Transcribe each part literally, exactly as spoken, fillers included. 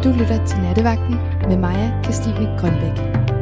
Du lytter til Nattevagten med Maja Kirstine Grønbæk.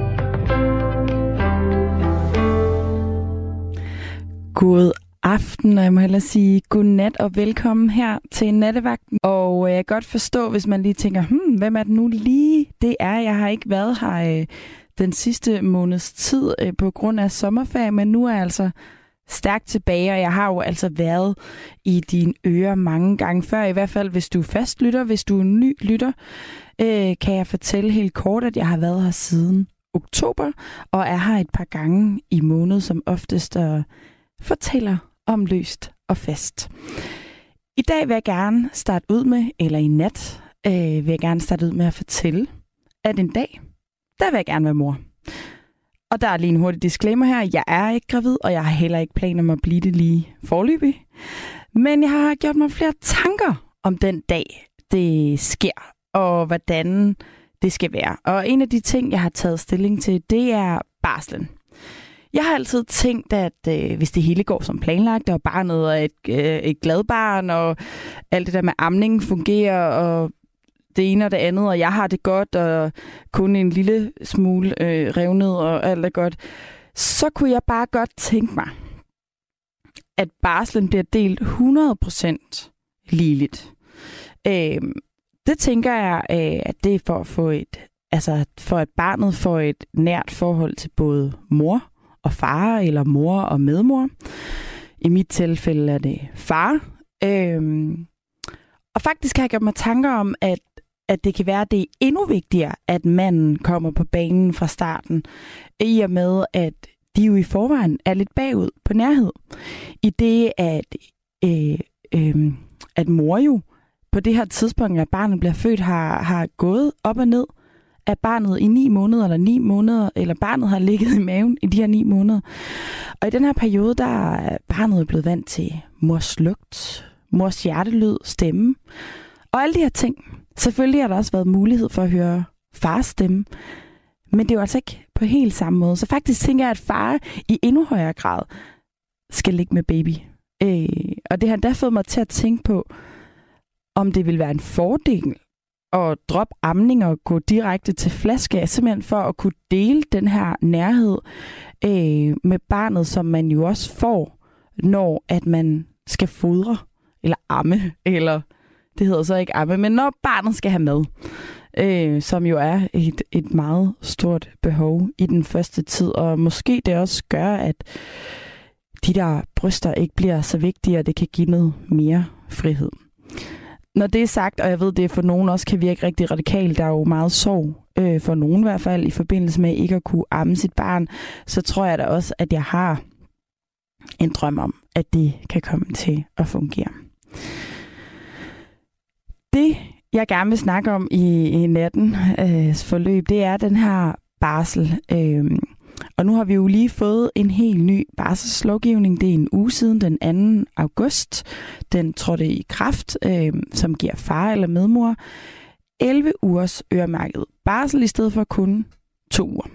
God aften, og jeg må hellere sige godnat og velkommen her til Nattevagten. Og jeg kan godt forstå, hvis man lige tænker, hmm, hvem er det nu lige? Det er, jeg har ikke været her øh, den sidste måneds tid øh, på grund af sommerferie, men nu er jeg altså stærkt tilbage, og jeg har jo altså været i dine ører mange gange før, i hvert fald hvis du er fast lytter, hvis du er ny lytter, øh, kan jeg fortælle helt kort, at jeg har været her siden oktober, og er her et par gange i måned, som oftest og fortæller om løst og fast. I dag vil jeg gerne starte ud med, eller i nat, øh, vil jeg gerne starte ud med at fortælle, at en dag, der vil jeg gerne være mor. Og der er lige en hurtig disclaimer her. Jeg er ikke gravid, og jeg har heller ikke planer om at blive det lige foreløbig. Men jeg har gjort mig flere tanker om den dag, det sker, og hvordan det skal være. Og en af de ting, jeg har taget stilling til, det er barslen. Jeg har altid tænkt, at øh, hvis det hele går som planlagt, og barnet er et, øh, et glad barn, og alt det der med amning fungerer, og det ene og det andet, og jeg har det godt, og kun en lille smule øh, revnet, og alt er godt, så kunne jeg bare godt tænke mig, at barslen bliver delt hundrede procent ligeligt. Øh, det tænker jeg, øh, at det er for at få et, altså for at barnet får et nært forhold til både mor og far, eller mor og medmor. I mit tilfælde er det far. Øh, og faktisk har jeg gjort mig tanker om, at at det kan være, at det er endnu vigtigere, at manden kommer på banen fra starten, i og med, at de jo i forvejen er lidt bagud på nærhed. I det, at, øh, øh, at mor jo på det her tidspunkt, at barnet bliver født, har, har gået op og ned af barnet i ni måneder, eller ni måneder, eller barnet har ligget i maven i de her ni måneder. Og i den her periode, der er barnet blevet vant til mors lugt, mors hjertelyd, stemme, og alle de her ting. Selvfølgelig har der også været mulighed for at høre fars stemme, men det er jo altså ikke på helt samme måde. Så faktisk tænker jeg, at far i endnu højere grad skal ligge med baby. Øh, og det har endda fået mig til at tænke på, om det vil være en fordel at droppe amning og gå direkte til flaske, simpelthen for at kunne dele den her nærhed øh, med barnet, som man jo også får, når at man skal fodre, eller amme, eller det hedder så ikke amme, men når barnet skal have mad, øh, som jo er et, et meget stort behov i den første tid, og måske det også gør, at de der bryster ikke bliver så vigtige, og det kan give noget mere frihed. Når det er sagt, og jeg ved, det for nogen også kan virke rigtig radikalt, der er jo meget sorg, øh, for nogen i hvert fald, i forbindelse med ikke at kunne amme sit barn, så tror jeg da også, at jeg har en drøm om, at det kan komme til at fungere. Det, jeg gerne vil snakke om i, i natten øh, forløb, det er den her barsel. Øh, og nu har vi jo lige fået en helt ny barselslovgivning. Det er en uge siden, den anden august. Den trådte i kraft, øh, som giver far eller medmor elleve ugers øremærket barsel, i stedet for kun to uger.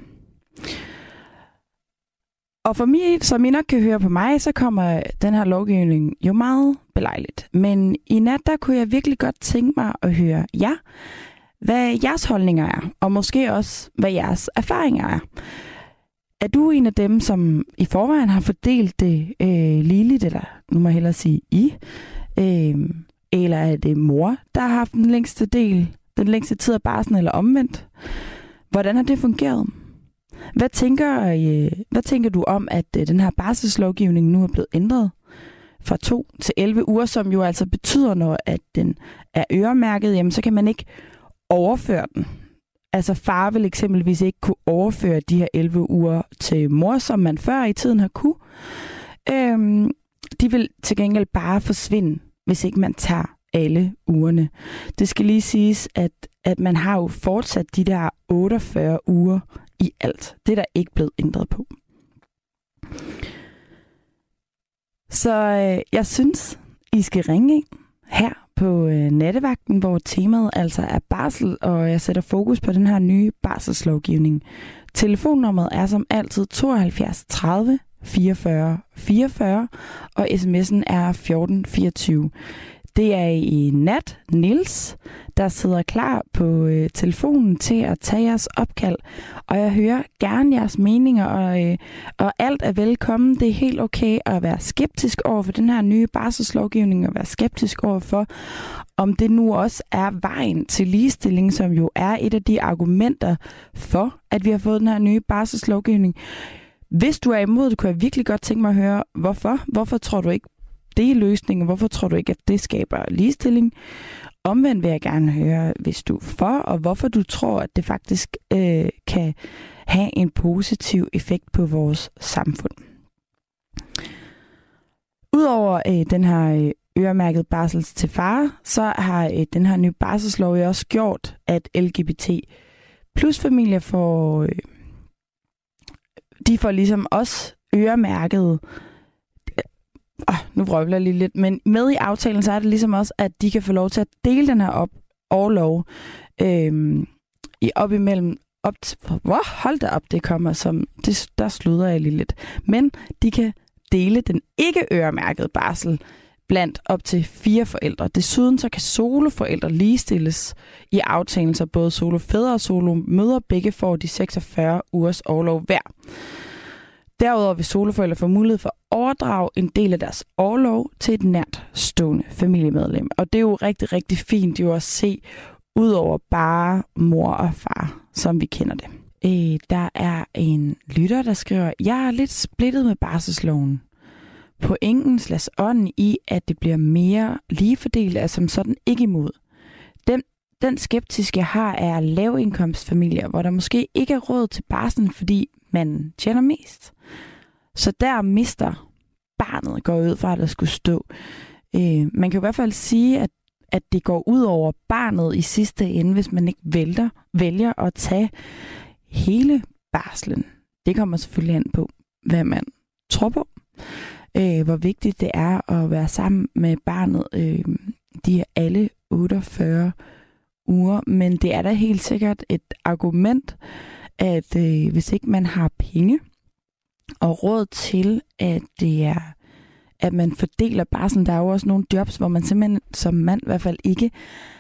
Og for mig, som I nok kan høre på mig, så kommer den her lovgivning jo meget belejligt. Men i nat, der kunne jeg virkelig godt tænke mig at høre jer, hvad jeres holdninger er, og måske også, hvad jeres erfaringer er. Er du en af dem, som i forvejen har fordelt det øh, ligeligt, eller nu må jeg hellere sige I, øh, eller er det mor, der har haft den længste del, den længste tid af barslen, eller omvendt? Hvordan har det fungeret? Hvad tænker, øh, hvad tænker du om, at øh, den her barselslovgivning nu er blevet ændret fra to til elleve uger, som jo altså betyder, når at den er øremærket, jamen så kan man ikke overføre den. Altså far vil eksempelvis ikke kunne overføre de her elleve uger til mor, som man før i tiden har kunne. Øhm, de vil til gengæld bare forsvinde, hvis ikke man tager alle ugerne. Det skal lige siges, at, at man har jo fortsat de der otteogfyrre uger i alt. Det er der ikke blevet ændret på. Så øh, jeg synes, I skal ringe ind her på øh, nattevagten, hvor temaet altså er barsel, og jeg sætter fokus på den her nye barselslovgivning. Telefonnummeret er som altid tooghalvfjerds tredive fireogfyrre fireogfyrre, og sms'en er fjorten fireogtyve. Det er i nat Niels, der sidder klar på øh, telefonen til at tage jeres opkald. Og jeg hører gerne jeres meninger, og, øh, og alt er velkommen. Det er helt okay at være skeptisk over for den her nye barselslovgivning, og være skeptisk over for, om det nu også er vejen til ligestilling, som jo er et af de argumenter for, at vi har fået den her nye barselslovgivning. Hvis du er imod det, kunne jeg virkelig godt tænke mig at høre, hvorfor. Hvorfor tror du ikke, det er løsningen? Hvorfor tror du ikke, at det skaber ligestilling? Omvendt vil jeg gerne høre, hvis du er for, og hvorfor du tror, at det faktisk øh, kan have en positiv effekt på vores samfund. Udover øh, den her øremærket barsel til far, så har øh, den her nye barselslov jo også gjort, at L G B T plus familier får, øh, de får ligesom også øremærket. Oh, nu vrøvler jeg lige lidt, men med i aftalen, så er det ligesom også, at de kan få lov til at dele den her op, orlov øhm, i op imellem, op til, hvor, hold da op, det kommer som, det, der sluder jeg lige lidt, men de kan dele den ikke øremærkede barsel blandt op til fire forældre. Desuden så kan soloforældre ligestilles i aftalen, så både solofædre og solomødre begge får de seksogfyrre ugers orlov hver. Derudover vil soloforældre få mulighed for at overdrage en del af deres orlov til et nært stående familiemedlem. Og det er jo rigtig, rigtig fint jo at se, ud over bare mor og far, som vi kender det. Øh, der er en lytter, der skriver, jeg er lidt splittet med barselsloven. Pointen slags ånden i, at det bliver mere ligefordelt, er som sådan ikke imod. Den, den skeptisk, jeg har, er lavindkomstfamilier, hvor der måske ikke er råd til barslen, fordi man tjener mest. Så der mister barnet, går ud fra, at der skulle stå. Øh, man kan i hvert fald sige, at, at det går ud over barnet i sidste ende, hvis man ikke vælger, vælger at tage hele barslen. Det kommer selvfølgelig an på, hvad man tror på. Øh, hvor vigtigt det er at være sammen med barnet. Øh, de er alle otteogfyrre uger, men det er da helt sikkert et argument, at øh, hvis ikke man har penge og råd til, at det er, at man fordeler barslen, der er jo også nogle jobs, hvor man simpelthen som mand i hvert fald ikke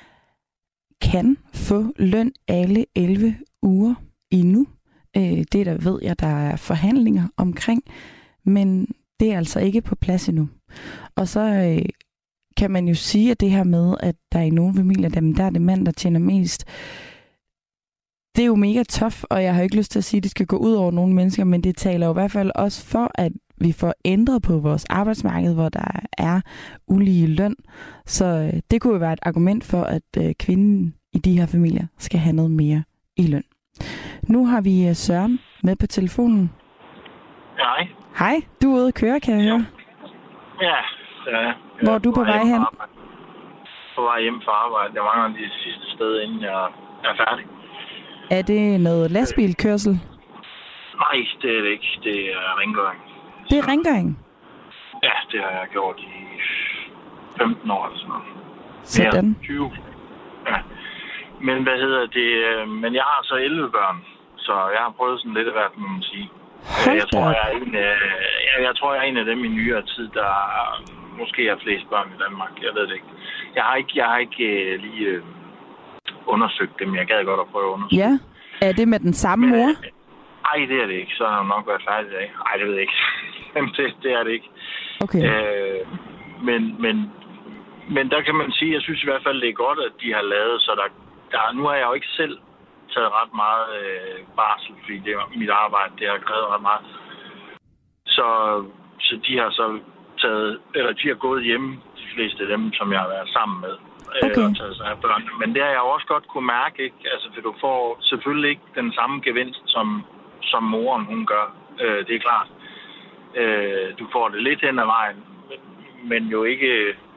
kan få løn alle elleve uger endnu. Øh, det der ved jeg, der er forhandlinger omkring, men det er altså ikke på plads endnu. Og så øh, kan man jo sige, at det her med, at der er i nogle familier, der, der er det mand, der tjener mest. Det er jo mega tough, og jeg har ikke lyst til at sige, at det skal gå ud over nogle mennesker, men det taler jo i hvert fald også for, at vi får ændret på vores arbejdsmarked, hvor der er ulige løn. Så øh, det kunne jo være et argument for, at øh, kvinden i de her familier skal have noget mere i løn. Nu har vi øh, Søren med på telefonen. Hej. Hej, du er ude at køre, kan jeg høre. Ja, ja. Hvor er du på vej hen? På vej hjem fra arbejde. Jeg mangler de sidste steder, inden jeg er færdig. Er det noget lastbilkørsel? Nej, det er det ikke. Det er rengøring. Det er rengøring? Ja, det har jeg gjort i femten år eller sådan noget. Sådan. tyve. Ja. Men hvad hedder det? Men jeg har så elleve børn, så jeg har prøvet sådan lidt af hvert, må man sige. Hold jeg tror, jeg er en af, jeg, jeg tror, jeg er en af dem i nyere tid, der måske er flest børn i Danmark. Jeg ved det ikke. Jeg har ikke, jeg har ikke uh, lige uh, undersøgt dem. Jeg gad godt at prøve at undersøge. Ja. Er det med den samme Men, mor? Nej, det er det ikke. Så har jeg nok været færdig i dag. Nej, det ved jeg ikke. det, det er det ikke. Okay. Uh, men, men, men der kan man sige, jeg synes i hvert fald, det er godt, at de har lavet, så der, der nu har jeg jo ikke selv taget ret meget øh, barsel, fordi det er mit arbejde, det har krævet ret meget. Så, så de har så taget, eller de har gået hjemme, de fleste af dem, som jeg har været sammen med, okay. øh, og taget sig af børn. Men det har jeg jo også godt kunne mærke, ikke? Altså, for du får selvfølgelig ikke den samme gevinst, som, som moren, hun gør. Øh, det er klart. Øh, du får det lidt hen ad vejen, men, men jo ikke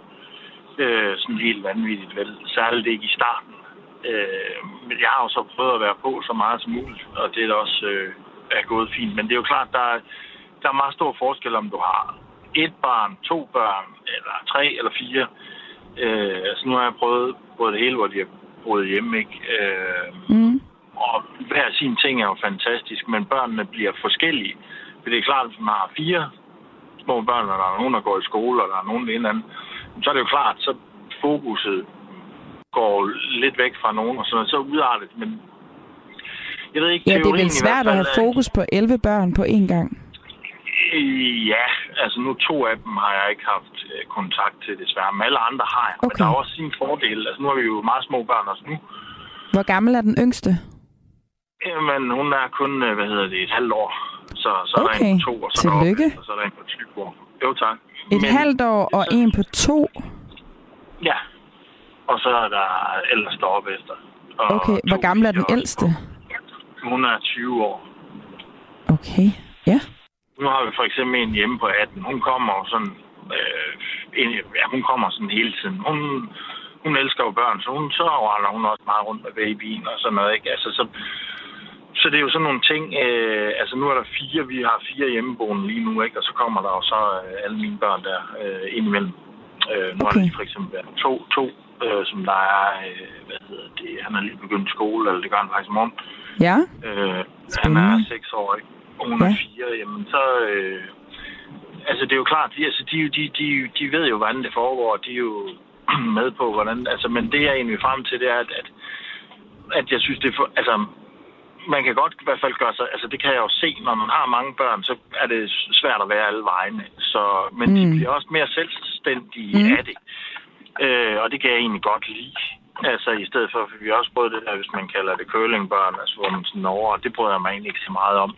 øh, sådan helt vanvittigt, vel? Særligt ikke i starten. Øh, men jeg har jo så prøvet at være på så meget som muligt, og det er da også øh, er gået fint. Men det er jo klart, der er, der er meget stor forskel, om du har et barn, to børn, eller tre eller fire. Øh, altså nu har jeg prøvet både det hele, hvor de har boet hjemme, ikke? Øh, mm. Og hver sin ting er jo fantastisk, men børnene bliver forskellige. For det er klart, at man har fire små børn, og der er nogen, der går i skole, og der er nogen det ene andet, så er det jo klart, så fokuset går lidt væk fra nogen, og sådan noget, så udartet. Men jeg ved ikke, ja, det er vel svært at have fokus på elleve børn på én gang. Ja, altså nu to af dem har jeg ikke haft øh, kontakt til, desværre. Men alle andre har jeg. Okay. Men der er også sine fordele. Altså nu har vi jo meget små børn også nu. Hvor gammel er den yngste? Jamen, hun er kun, hvad hedder det, et halvt år. Så, så okay. er der en på to, og så, Tillykke. op, og så er der en på tyve år. Jo, tak. Et Men, halvt år og så... en på to? Ja. Og så er der ældst deroppe efter. Og okay, hvor gammel er den ældste? Hun er tyve år. Okay, ja. Nu har vi for eksempel en hjemme på atten. Hun kommer sådan, øh, en, ja, hun kommer sådan hele tiden. Hun, hun elsker jo børn, så hun så render hun også meget rundt med babyen og sådan noget, ikke? Altså, så, så det er jo sådan nogle ting, øh, altså nu er der fire, vi har fire hjemmeboende lige nu, ikke? Og så kommer der jo så øh, alle mine børn der øh, indimellem. Øh, nu okay. er der for eksempel to, to øh, som der er, øh, hvad hedder det, han er lige begyndt skole, eller det gør han faktisk i morgen. Ja, øh, han er seks år, ikke? Og hun er ja. fire, jamen så... Øh, altså det er jo klart, de, altså, de, de, de, de ved jo, hvordan det foregår, de er jo med på, hvordan... Altså, men det jeg egentlig frem til, det er, at, at, at jeg synes, det er for... Altså, man kan godt i hvert fald gøre sig... Altså, det kan jeg jo se, når man har mange børn, så er det svært at være alle vegne. Så, men mm. de bliver også mere selvstændige mm. af det. Øh, og det kan jeg egentlig godt lide. Altså, i stedet for, for vi har også prøvet det der, hvis man kalder det curlingbørn, altså, hvor man sådan over, og det bryder jeg mig egentlig ikke så meget om.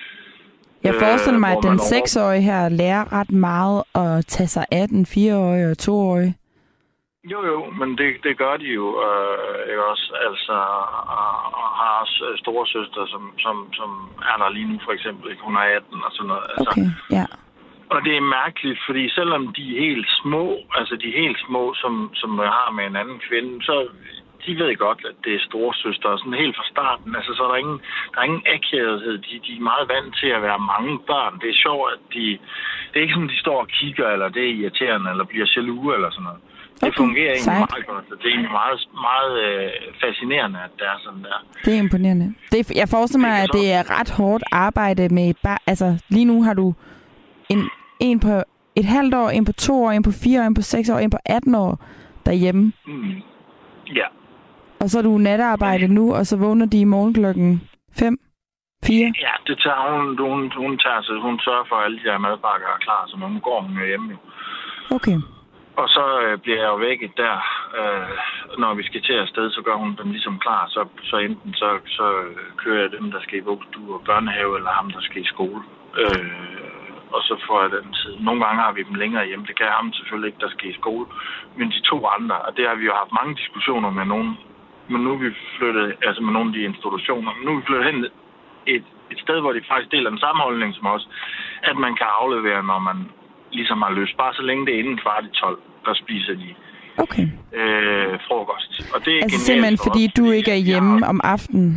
Jeg forestiller mig, at den seksårige her lærer ret meget at tage sig af den fireårige og toårige. Jo, jo, men det, det gør de jo øh, ikke også. Altså, og, og har også store søster, som, som, som er der lige nu, for eksempel. Ikke? Hun er atten og sådan noget. Altså, okay, ja. Og det er mærkeligt, fordi selvom de er helt små, altså de er helt små, som, som jeg har med en anden kvinde, så de ved godt, at det er storesøster, og sådan helt fra starten. Altså, så er der ingen, der er ingen akavethed. De, de er meget vant til at være mange børn. Det er sjovt, at de... Det er ikke sådan, de står og kigger, eller det er irriterende, eller bliver jaloux, eller sådan noget. Det okay, fungerer egentlig sejt. Meget godt, og det er egentlig meget, meget øh, fascinerende, at det er sådan der. Det er imponerende. Det er, jeg forestiller mig, at det er ret hårdt arbejde med bare... Altså, lige nu har du en, en på et halvt år, en på to år, en på fire år, en på seks år, en på atten år derhjemme. Mm. Ja. Og så er du natarbejde nu, og så vågner de i morgen klokken fem, fire? Ja, det tager hun. Hun, hun, tager sig, hun sørger for, at alle de her madpakker er klar, så hun går hun hjemme jo. Okay. Og så øh, bliver jeg jo væk der, øh, når vi skal til afsted, så gør hun dem ligesom klar. Så, så enten så, så kører jeg dem, der skal i vuggestue og børnehave, eller ham, der skal i skole. Øh, og så får jeg den tid. Nogle gange har vi dem længere hjemme. Det kan ham selvfølgelig ikke, der skal i skole. Men de to andre, og det har vi jo haft mange diskussioner med nogen. Men nu er vi flyttet, altså med nogle af de institutioner, men nu er vi flyttet hen et, et sted, hvor de faktisk deler den samme holdning som os, at man kan aflevere, når man ligesom har lyst. Bare så længe det er inden kvart i tolv, der spiser de okay. øh, frokost. Og det er altså simpelthen for fordi os, du fordi ikke er hjemme har, om aftenen?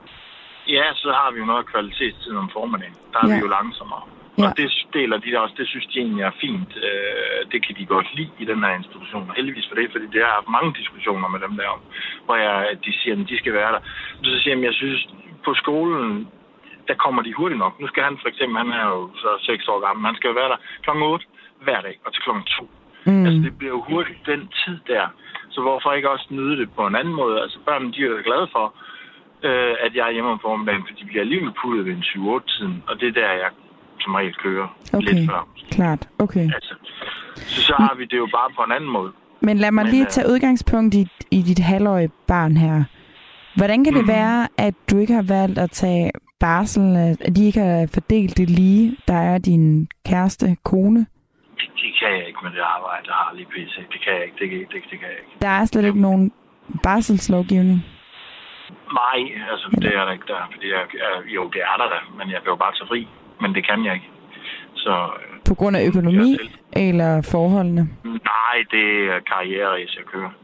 Ja, så har vi jo noget kvalitetstid om formiddagen. Der er ja. vi jo langsommere. Ja. Og det deler de der også, det synes de egentlig er fint. Øh, det kan de godt lide i den her institution. Og heldigvis for det, fordi det har haft mange diskussioner med dem der om, hvor jeg, de siger, at de skal være der. Så siger jeg, jeg synes, på skolen, der kommer de hurtigt nok. Nu skal han for eksempel, han er jo så seks år gammel, han skal jo være der klokken otte hver dag, og til klokken to. Mm. Altså, det bliver jo hurtigt den tid der. Så hvorfor ikke også nyde det på en anden måde? Altså, børnene, de er jo glade for, øh, at jeg er hjemme om formiddagen, for de bliver alligevel puttet ved en syv otte tiden. Og det er der, jeg som regel kører okay. lidt før. Klart, okay. Altså, så, så har vi det jo bare på en anden måde. Men lad mig Men, lige tage udgangspunkt i, i dit halvårige barn her. Hvordan kan det mm. være, at du ikke har valgt at tage barsel, at de ikke har fordelt det lige, der er din kæreste, kone? Det, det kan jeg ikke med det arbejde, jeg har lige pc. Det kan jeg ikke, det, det, det kan jeg ikke. Der er slet ikke nogen barselslovgivning? Nej, altså ja. Det er der ikke der. Fordi jeg, jeg, jo, det er der da, men jeg kan jo bare tage fri. Men det kan jeg ikke. Så, på grund af økonomi eller forholdene? Nej, det er karriereræs, jeg kører.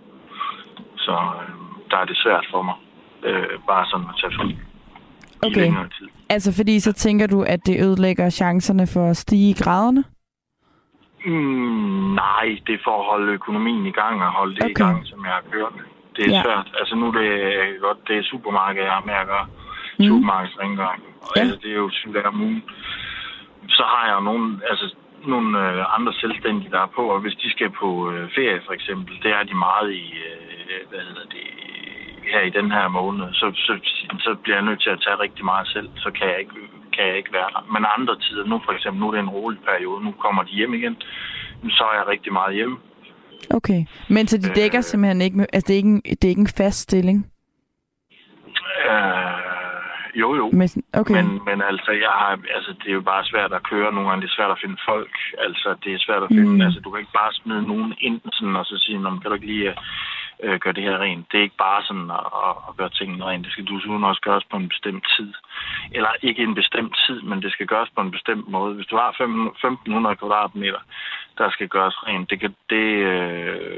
Så øh, der er det svært for mig. Øh, bare sådan at tage fri okay. i længere tid. Altså fordi så tænker du, at det ødelægger chancerne for at stige i graderne? Mm, nej, det er for at holde økonomien i gang og holde det okay. i gang, som jeg har kørt. Det er ja. svært. Altså nu det er godt, det er supermarkedet, jeg har med at gøre. Mm. Supermarkedsrengøring. Og ja. altså, det er jo syv dage om ugen. Så har jeg jo nogen, altså nogle øh, andre selvstændige, der er på, og hvis de skal på øh, ferie for eksempel, det er de meget i, øh, hvad hedder det, her i den her måned, så, så, så bliver jeg nødt til at tage rigtig meget selv, så kan jeg ikke, kan jeg ikke være der. Men andre tider, nu for eksempel, nu er det en rolig periode, nu kommer de hjem igen, så er jeg rigtig meget hjemme. Okay, men så de dækker øh, simpelthen ikke, altså det er ikke en, det er ikke en fast stilling? Øh, jo jo, okay. men, men altså, jeg har, altså, det er jo bare svært at køre nogle gange, det er svært at finde folk, altså det er svært at finde, mm. altså du kan ikke bare smide nogen ind sådan, og så sige, kan du ikke lige øh, gøre det her rent. Det er ikke bare sådan at, at gøre tingene rent, det skal du sådan også gøres på en bestemt tid. Eller ikke en bestemt tid, men det skal gøres på en bestemt måde. Hvis du har femten hundrede kvadratmeter, der skal gøres rent, det kan, det, øh,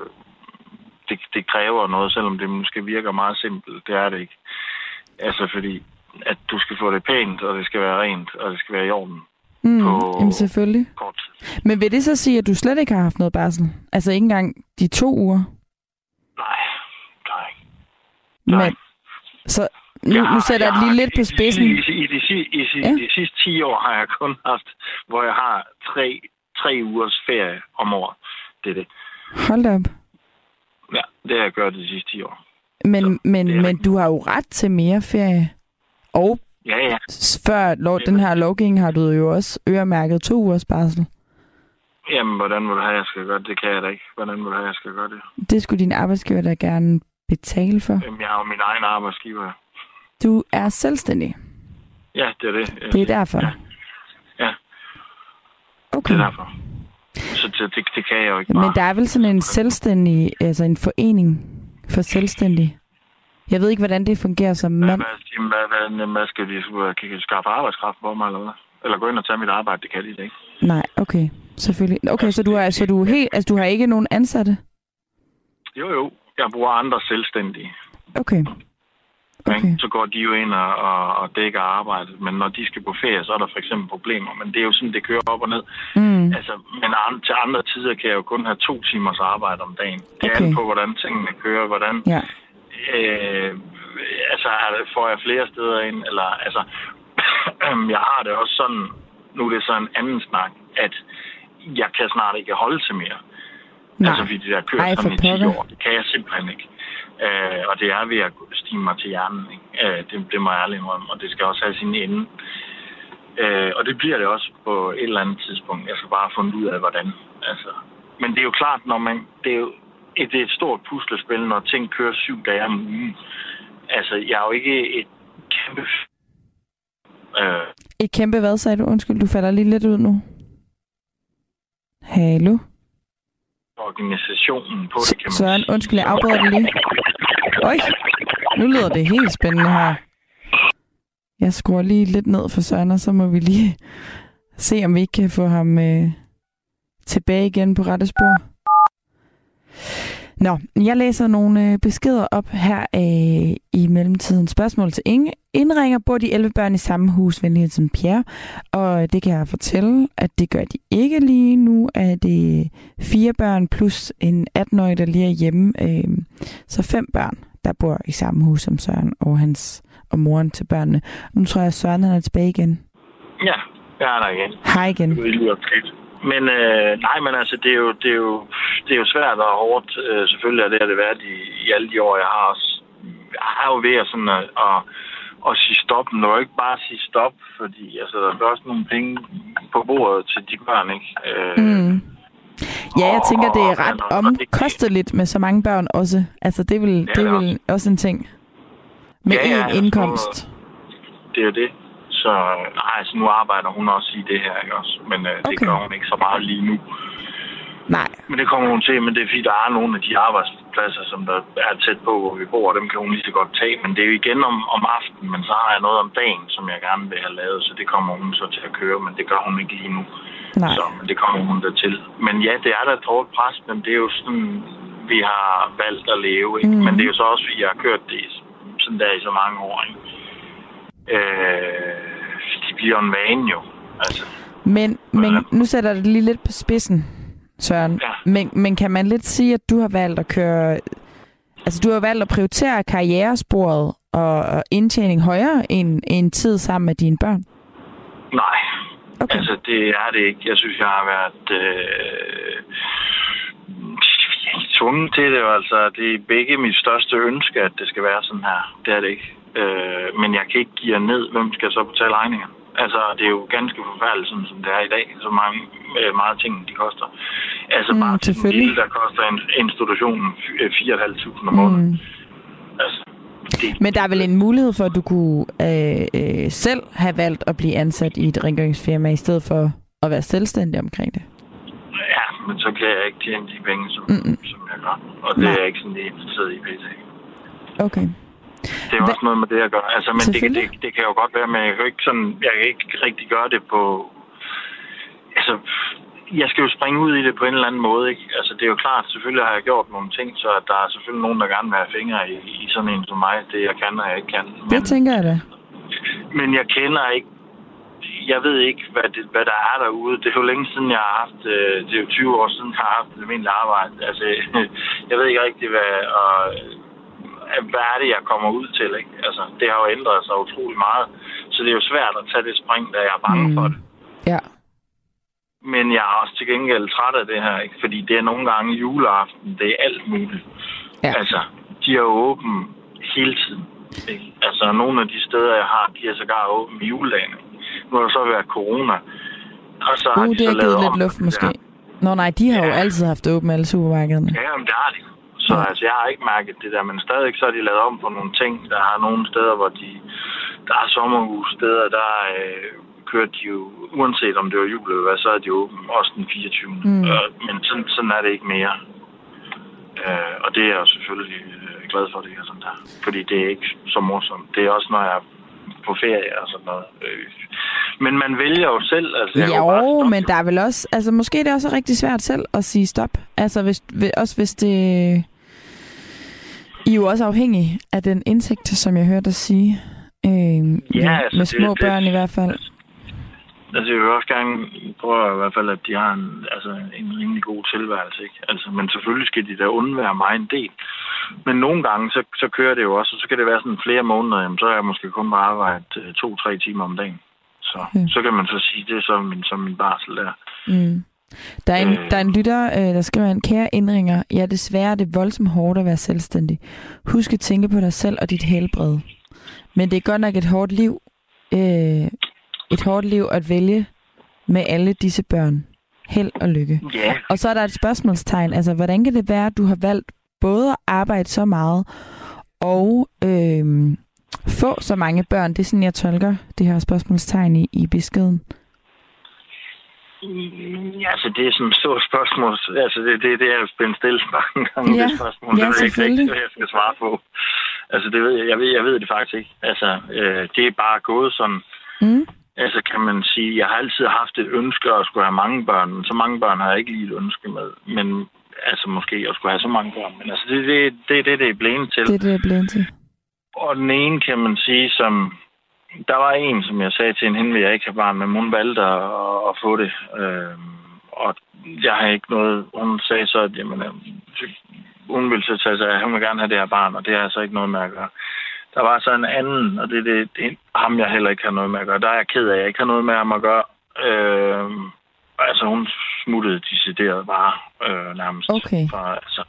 det, det kræver noget, selvom det måske virker meget simpelt, det er det ikke. Altså fordi, at du skal få det pænt, og det skal være rent, og det skal være i orden. Mm, jamen selvfølgelig. Kort tid. Men vil det så sige, at du slet ikke har haft noget barsel? Altså ikke engang de to uger? Nej, nej. nej. Men, så nu, jeg har, nu sætter jeg, jeg lige lidt på spidsen. I, i, i, de, i, i ja. de sidste ti år har jeg kun haft, hvor jeg har tre, tre ugers ferie om året. Det er det. Hold da op. Ja, det har jeg gjort de sidste ti år. Men, så, men, men du har jo ret til mere ferie. Og ja, ja. før lov, den her lovgivning har du jo også øremærket to ugers barsel. Jamen, hvordan må du have, jeg skal gøre det? Det kan jeg da ikke. Hvordan må du have, jeg skal gøre det? Det skulle din arbejdsgiver da gerne betale for. Jamen, jeg er jo min egen arbejdsgiver. Du er selvstændig? Ja, det er det. Jeg det er derfor? Ja. ja. Okay. Det er derfor. Så det, det, det kan jeg jo ikke bare. Men der er vel sådan en selvstændig, altså en forening for selvstændige? Jeg ved ikke, hvordan det fungerer som mand. Hvad, hvad, hvad, hvad skal de skal skaffe arbejdskraft på mig, eller hvad? Eller gå ind og tage mit arbejde, det kan de ikke. Nej, okay. Selvfølgelig. Okay, så du er, så du er helt, altså du har ikke nogen ansatte? Jo, jo. Jeg bruger andre selvstændige. Okay. Okay. Så går de jo ind og, og, og dækker arbejdet. Men når de skal på ferie, så er der for eksempel problemer. Men det er jo sådan, det kører op og ned. Mm. Altså, men an, til andre tider kan jeg jo kun have to timers arbejde om dagen. Det er okay. På, hvordan tingene kører, hvordan... Ja. Øh, altså, får jeg flere steder ind, eller altså... jeg har det også sådan... Nu er det så en anden snak, at jeg kan snart ikke holde til mere. Nej. Altså, fordi det der kører sådan i ti år. Det kan jeg simpelthen ikke. Uh, og det er ved at stige mig til hjernen. Uh, det, det må jeg ærligt indrømme, og det skal også have sin ende. Uh, og det bliver det også på et eller andet tidspunkt. Jeg skal bare have fundet ud af, hvordan. Altså. Men det er jo klart, når man... Det er jo et, det er et stort puslespil, når ting kører syv dage om ugen. Altså, jeg er jo ikke et kæmpe... Uh, et kæmpe hvad, sagde du? Undskyld, du falder lige lidt ud nu. Hallo? Organisationen på det, kan man Søren, undskyld, jeg afbryder det lige. Øj, nu lyder det helt spændende her. Jeg skruer lige lidt ned for Søren, og så må vi lige se, om vi ikke kan få ham øh, tilbage igen på rette spor. Nå, jeg læser nogle øh, beskeder op her øh, i mellemtiden. Spørgsmål til Inge. Indringer, bor de elleve børn i samme hus, venlighed som Pierre, og det kan jeg fortælle, at det gør de ikke lige nu. Er det fire børn plus en atten-årig, der lige er hjemme. Øh, så fem børn, der bor i samme hus som Søren og hans og moren til børnene. Nu tror jeg, at Søren han er tilbage igen. Ja, jeg er der igen. Hej igen. Det lyder skidt. Men øh, nej, men altså, det er jo, det er jo, det er jo svært og hårdt. Øh, selvfølgelig er det, at det været i, i alle de år, jeg har også. Jeg har jo ved at, sådan, at, at, at sige stop, men det var ikke bare at sige stop, fordi altså, der er også nogle penge på bordet til de børn, ikke? Øh, mm. Ja, jeg tænker, det er ret omkosteligt med så mange børn også. Altså, det er vel, ja, det er vel også en ting. Med ja, ja, én indkomst. Tror, det er det. Så nej, altså nu arbejder hun også i det her, ikke også? Men øh, det okay. gør hun ikke så meget lige nu. Nej. Men det kommer hun til, men det er fordi, der er nogle af de arbejdspladser, som der er tæt på, hvor vi bor, og dem kan hun lige så godt tage. Men det er jo igen om, om aftenen, men så har jeg noget om dagen, som jeg gerne vil have lavet, så det kommer hun så til at køre, men det gør hun ikke lige nu. Nej. Så men det kommer hun der til. Men ja, det er da et hårdt pres, men det er jo sådan, vi har valgt at leve, ikke? Mm. Men det er jo så også, fordi jeg har kørt det sådan der i så mange år, ikke? Øh, de bliver en vane jo. Altså, men, men nu sætter det lige lidt på spidsen, Søren. Ja. Men, men kan man lidt sige, at du har valgt at køre... Altså, du har valgt at prioritere karrieresporet og, og indtjening højere end en tid sammen med dine børn? Nej. Okay. Altså, det er det ikke. Jeg synes, jeg har været øh, tvunget til det. Altså, det er begge mit største ønske, at det skal være sådan her. Det er det ikke. Øh, men jeg kan ikke give jer ned. Hvem skal så betale regninger? Altså, det er jo ganske forfærdeligt, sådan som det er i dag. Så mange, øh, meget ting, de koster. Altså, mm, bare til en bil, der koster en institution fire tusind fem hundrede om måneden. Mm. Altså, det, men der er vel en mulighed for, at du kunne øh, øh, selv have valgt at blive ansat i et rengøringsfirma, i stedet for at være selvstændig omkring det? Ja, men så kan jeg ikke tjene de penge, som, som jeg gør. Og det Nej. er jeg ikke sådan lige interesseret i P T. Okay. Det er Hva? også noget med det, jeg gør. Altså, men det, det, det kan jo godt være, men jeg kan ikke, sådan, jeg kan ikke rigtig gøre det på... Altså, jeg skal jo springe ud i det på en eller anden måde, ikke? Altså, det er jo klart, selvfølgelig har jeg gjort nogle ting, så der er selvfølgelig nogen, der gerne vil have fingre i, i sådan en som mig. Det, jeg kan, og jeg ikke kan. Men, det tænker jeg da. Men jeg kender ikke... Jeg ved ikke, hvad, det, hvad der er derude. Det er jo længe siden, jeg har haft... Det er jo tyve år siden, jeg har haft et almindeligt arbejde. Altså, jeg ved ikke rigtig, hvad... Og, hvad er det, jeg kommer ud til, ikke? Altså, det har jo ændret sig utrolig meget. Så det er jo svært at tage det spring, da jeg er bange mm. for det. Ja. Men jeg er også til gengæld træt af det her, ikke? Fordi det er nogle gange juleaften, det er alt muligt. Ja. Altså, de er jo åbne hele tiden, ikke? Altså, nogle af de steder, jeg har, de er sågar åbne i juledagen. Nu har der så været corona. Og så uh, har de det så har givet lidt luft, måske. Nå nej, de har ja. jo altid haft åbent alle supermarkederne. Ja, men det har de. Så ja. altså, jeg har ikke mærket det der, men stadig så har de lavet om på nogle ting. Der er nogle steder, hvor de... Der er sommerhussteder, der øh, kører de jo... Uanset om det var jul eller hvad, så er de åbne også den fireogtyvende Mm. Øh, men sådan, sådan er det ikke mere. Øh, og det er jeg jo selvfølgelig øh, glad for, det her sådan der. Fordi det er ikke så morsomt. Det er også, når jeg er på ferie og sådan noget. Øh, men man vælger jo selv. Altså, jeg jo, bare men der er vel også... Altså, måske det er også rigtig svært selv at sige stop. Altså, hvis, også hvis det... I er jo også afhængige af den indtægt, som jeg hørte dig sige. Øh, ja, med, altså, med små det, børn det, i hvert fald. Altså, jeg vil også gerne prøve i hvert fald, at de har en, altså, en rimelig god tilværelse, ikke? Altså, men selvfølgelig skal de da undvære mig en del. Men nogle gange, så, så kører det jo også, og så kan det være sådan flere måneder, jamen, så er jeg måske kun bare arbejdet to-tre timer om dagen. Så, okay. så kan man så sige, det er så min, som min barsel der. Mm. Der er en, øh, der er en lytter, øh, der skriver en kære ændringer. Ja, desværre er det voldsomt hårdt at være selvstændig. Husk at tænke på dig selv og dit helbred. Men det er godt nok et hårdt liv, øh, et hårdt liv at vælge med alle disse børn. Held og lykke. Yeah. Og så er der et spørgsmålstegn. Altså, hvordan kan det være, at du har valgt både at arbejde så meget og øh, få så mange børn? Det er sådan, jeg tolker det her spørgsmålstegn i, i beskeden. Ja, altså det er sådan et stort spørgsmål. Altså det er det, det, jeg har blevet stillet mange gange. Ja, det spørgsmål, ja, det ved jeg ikke rigtig, hvad jeg skal svare på. Altså det ved jeg, jeg ved, jeg ved det faktisk ikke. Altså øh, det er bare gået sådan. Mm. Altså kan man sige, jeg har altid haft et ønske at skulle have mange børn, men så mange børn har jeg ikke lige et ønske med. Men altså måske at skulle have så mange børn. Men altså det er det, det, det, det er blevet til. Det er det, det er blevet til. Og den ene kan man sige, som... Der var en, som jeg sagde til hende, hende vil jeg ikke have barn, men hun valgte at, at få det. Øh, og jeg har ikke noget... Hun sagde så, at jamen, hun ville så tage sig af, hun vil gerne have det her barn, og det har jeg så ikke noget med at gøre. Der var så en anden, og det er det, det, ham, jeg heller ikke har noget med at gøre. Der er jeg ked af, at jeg ikke har noget med ham at gøre. Øh, altså, hun smuttede decideret bare øh, nærmest okay. fra, altså,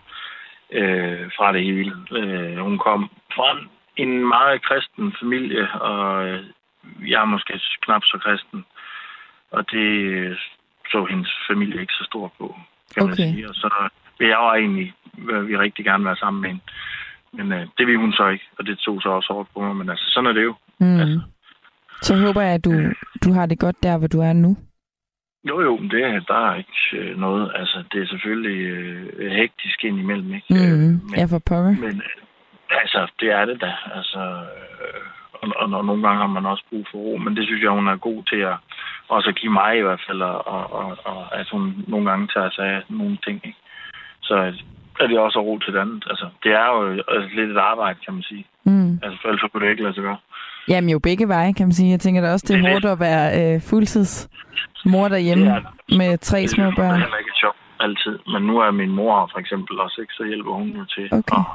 øh, fra det hele. Øh, hun kom fra en meget kristen familie, og jeg er måske knap så kristen. Og det så hendes familie ikke så stor på, kan okay. man sige. Og så vil jeg jo egentlig vi rigtig gerne være sammen med hende. Men øh, det vil hun så ikke, og det tog så også hårdt på mig. Men altså, sådan er det jo. Mm. Altså. Så håber jeg, at du, du har det godt der, hvor du er nu. Jo, jo, det er, der er ikke noget. Altså, det er selvfølgelig øh, hektisk indimellem, ikke? Mm. Men, jeg får pokker. Men altså, det er det da. Altså, øh, og, og, og nogle gange har man også brug for ro, men det synes jeg, hun er god til at også at give mig i hvert fald, og, og, og at hun nogle gange tager sig af nogle ting, ikke? Så er det også ro til det andet. Altså, det er jo altså, lidt et arbejde, kan man sige. Mm. Altså, for ellers kunne det ikke lade sig gøre. Jamen jo begge veje, kan man sige. Jeg tænker da også, det er det, hårdt at være øh, fuldtids mor derhjemme med tre små børn. Det er heller ikke et job altid. Men nu er min mor for eksempel også, ikke? Så hjælper hun jo til. Okay. Og,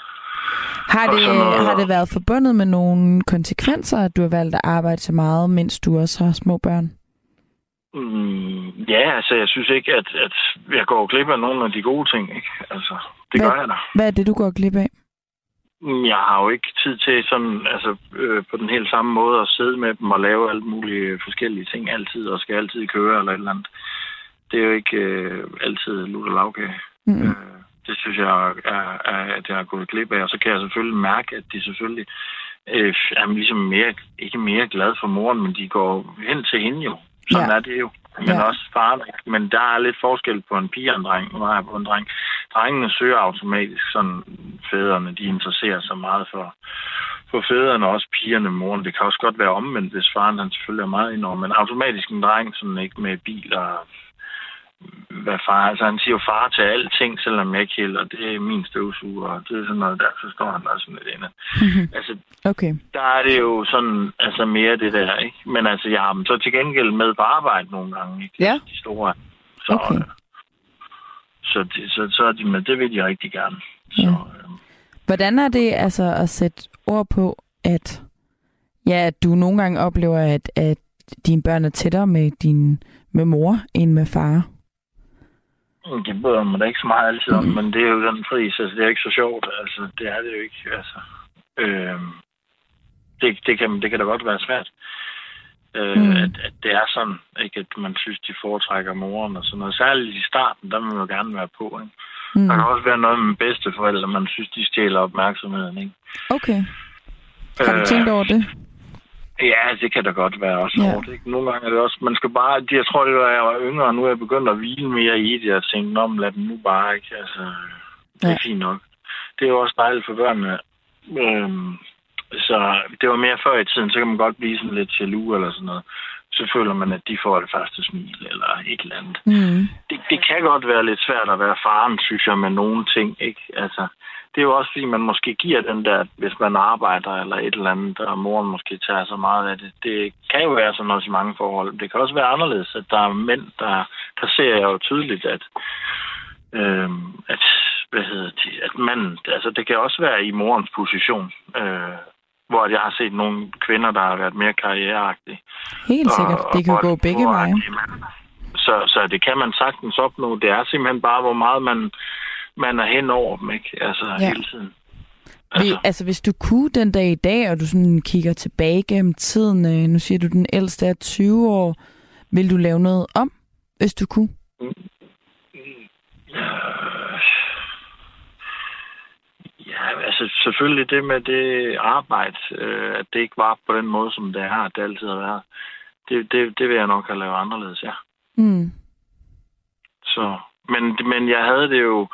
har, det, noget, har det været forbundet med nogle konsekvenser, at du har valgt at arbejde så meget, mens du også har små børn? Mm, ja, altså jeg synes ikke, at, at jeg går glip af nogle af de gode ting, ikke? Altså, det hvad, gør jeg da. Hvad er det, du går glip af? Jeg har jo ikke tid til sådan, altså øh, på den helt samme måde at sidde med dem og lave alle mulige forskellige ting altid, og skal altid køre eller et eller andet. Det er jo ikke øh, altid lutter lavkage. Mm. Øh, det synes jeg, er, er, at jeg har gået glip af, og så kan jeg selvfølgelig mærke, at de selvfølgelig øh, er ligesom mere, ikke mere glad for moren, men de går hen til hende jo. Sådan ja. Er det jo. Men ja. Også faren. Men der er lidt forskel på en pige og en dreng. Nu er jeg på en dreng. Drengene søger automatisk sådan fædrene. De interesserer sig meget for, for fædrene og også pigerne moren. Det kan også godt være omvendt, hvis faren han selvfølgelig er meget enorm. Men automatisk en dreng, sådan ikke med biler. Hvad far? Altså han siger jo far til alting, selvom jeg ikke helt, og det er min støvsuger, og det er sådan noget der, så står han der sådan lidt inde. Mm-hmm. Altså, okay. Der er det jo sådan, altså mere det der, ikke? Men altså, jeg har dem så til gengæld med på arbejde nogle gange, ikke? Ja. De store. Så, okay. så, det, så, så er de med, det vil de rigtig gerne. Så, ja. øh. Hvordan er det altså at sætte ord på, at, ja, at du nogle gange oplever, at, at dine børn er tættere med din med mor end med far? Det bryder man da ikke så meget altid om, mm. men det er jo den pris, altså det er ikke så sjovt, altså det er det jo ikke, altså. Øh, det, det, kan, det kan da godt være svært, øh, mm. at, at det er sådan, ikke, at man synes, de foretrækker moren og sådan noget. Særligt i starten, der vil man jo gerne være på, ikke? Mm. Der kan også være noget med bedsteforældre, man synes, de stjæler opmærksomheden, ikke? Okay. Har du øh, tænkt over det? Ja, det kan da godt være også ja. hårdt, ikke? Nogle gange er det også, man skal bare, jeg tror, det var, jeg var yngre, og nu er jeg begyndt at hvile mere i det, og tænke, nå, men lad dem nu bare, ikke? Altså, det er ja. Fint nok. Det er jo også dejligt for børnene. Øhm, så det var mere før i tiden, så kan man godt blive sådan lidt jaloux eller sådan noget. Så føler man, at de får det første smil, eller et eller andet. Mm. Det, det kan godt være lidt svært at være faren, synes jeg, med nogle ting, ikke? Altså, det er jo også, fordi man måske giver den der, hvis man arbejder eller et eller andet, og moren måske tager så meget af det. Det kan jo være sådan også i mange forhold. Det kan også være anderledes, at der er mænd, der, der ser jeg jo tydeligt, at, øh, at, hvad hedder det, at manden, altså det kan også være i morens position, øh, hvor jeg har set nogle kvinder, der har været mere karriereagtige. Helt sikkert. Og, det kan jo gå begge veje. Så, så det kan man sagtens opnå. Det er simpelthen bare, hvor meget man man er hen over dem, ikke? Altså, ja. Hele tiden. Altså. Vi, altså, hvis du kunne den dag i dag, og du sådan kigger tilbage gennem tiden, øh, nu siger du, den ældste er tyve år, vil du lave noget om, hvis du kunne? Mm. Ja, altså, selvfølgelig det med det arbejde, øh, at det ikke var på den måde, som det er, at det altid har været. Det, det, det vil jeg nok have lavet anderledes, ja. Mm. Så, men, men jeg havde det jo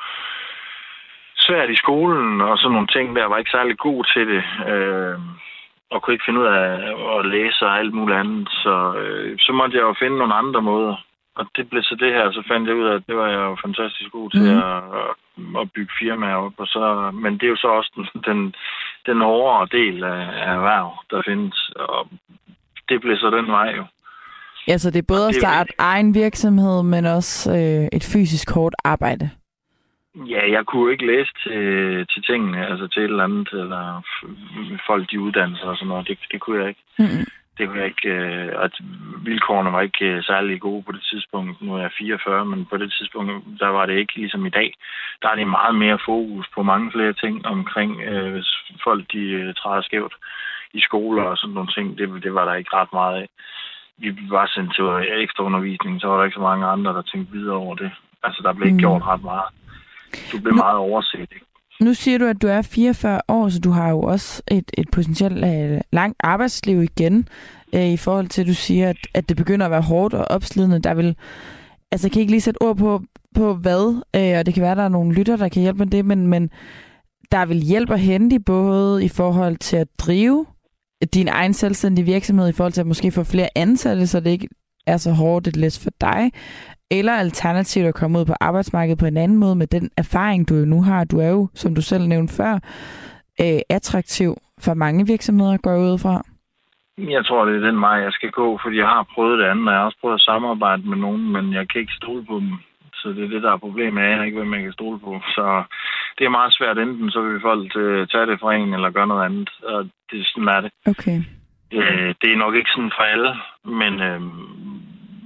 svært i skolen, og sådan nogle ting der, var ikke særlig god til det, øh, og kunne ikke finde ud af at læse og alt muligt andet, så, øh, så måtte jeg jo finde nogle andre måder. Og det blev så det her, så fandt jeg ud af, at det var jeg jo fantastisk god til mm. at, at bygge firmaer op, og så, men det er jo så også den, den, den hårdere del af, af erhverv, der findes, og det blev så den vej jo. Ja, så det er både at starte egen virksomhed, men også øh, et fysisk hårdt arbejde. Ja, jeg kunne ikke læse til, til tingene, altså til et eller andet, eller folk de uddannelser og sådan noget. Det, det kunne jeg ikke. Mm-hmm. Det kunne jeg ikke, øh, at vilkårene var ikke øh, særlig gode på det tidspunkt. Nu er jeg fireogfyrre, men på det tidspunkt, der var det ikke ligesom i dag. Der er det meget mere fokus på mange flere ting omkring, øh, hvis folk de øh, træder skævt i skoler og sådan nogle ting. Det, det var der ikke ret meget af. Vi var sendt til ekstra undervisning, så var der ikke så mange andre, der tænkte videre over det. Altså, der blev ikke mm. gjort ret meget. Du blev nu, meget overset, ikke? Nu siger du, at du er fireogfyrre år, så du har jo også et, et potentielt uh, langt arbejdsliv igen, uh, i forhold til, at du siger, at, at det begynder at være hårdt og opslidende. Der vil, altså, jeg kan ikke lige sætte ord på, på hvad, uh, og det kan være, at der er nogle lytter, der kan hjælpe med det, men, men der vil hjælp at hente både i forhold til at drive din egen selvstændige virksomhed, i forhold til at måske få flere ansatte, så det ikke er så hårdt et læs for dig, eller alternativt at komme ud på arbejdsmarkedet på en anden måde med den erfaring, du jo nu har. Du er jo, som du selv nævnte før, øh, attraktiv for mange virksomheder, går ud fra. Jeg tror, det er den vej, jeg skal gå, fordi jeg har prøvet det andet, og jeg har også prøvet at samarbejde med nogen, men jeg kan ikke stole på dem. Så det er det, der er problemet, jeg har ikke, hvem jeg kan stole på. Så det er meget svært, enten så vil folk tage det fra en, eller gøre noget andet, og det, sådan er det. Okay. Øh, det er nok ikke sådan for alle, men øh,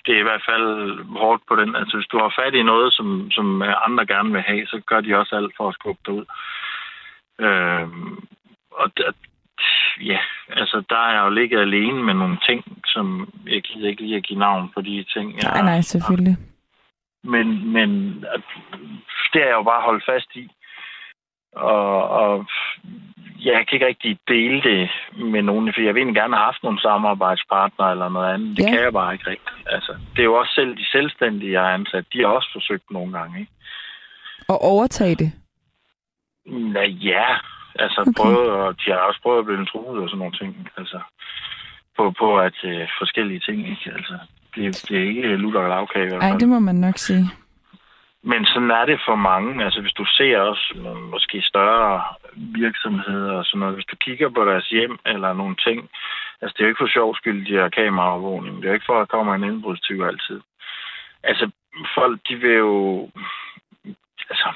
det er i hvert fald hårdt på den. Altså, hvis du har fat i noget, som, som andre gerne vil have, så gør de også alt for at skubbe dig ud. Øh, og der, ja, altså, der er jeg jo ligget alene med nogle ting, som jeg gider ikke lige at give navn på de ting. Jeg, nej, nej, selvfølgelig. Men, men det er jeg jo bare holdt fast i. Og, og ja, jeg kan ikke rigtig dele det med nogen, for jeg vil egentlig gerne have haft nogle samarbejdspartnere eller noget andet. Det ja. kan jeg bare ikke rigtigt. Altså, det er jo også selv de selvstændige, jeg har ansat, de har også forsøgt nogle gange, ikke? Og overtage det? Nå, ja, altså okay. prøve, og de har også prøvet at blive truet og sådan nogle ting. Altså, på, på at uh, forskellige ting, ikke? Altså, det, det er ikke lutter og lavkage. Nej, det må man nok sige. Men sådan er det for mange. Altså, hvis du ser også nogle måske større virksomheder og sådan noget, hvis du kigger på deres hjem eller nogle ting, altså, det er jo ikke for sjov skyld, de har kameraovervågning. Det er jo ikke for, at der kommer en indbrudstyv altid. Altså, folk, de vil jo... Altså...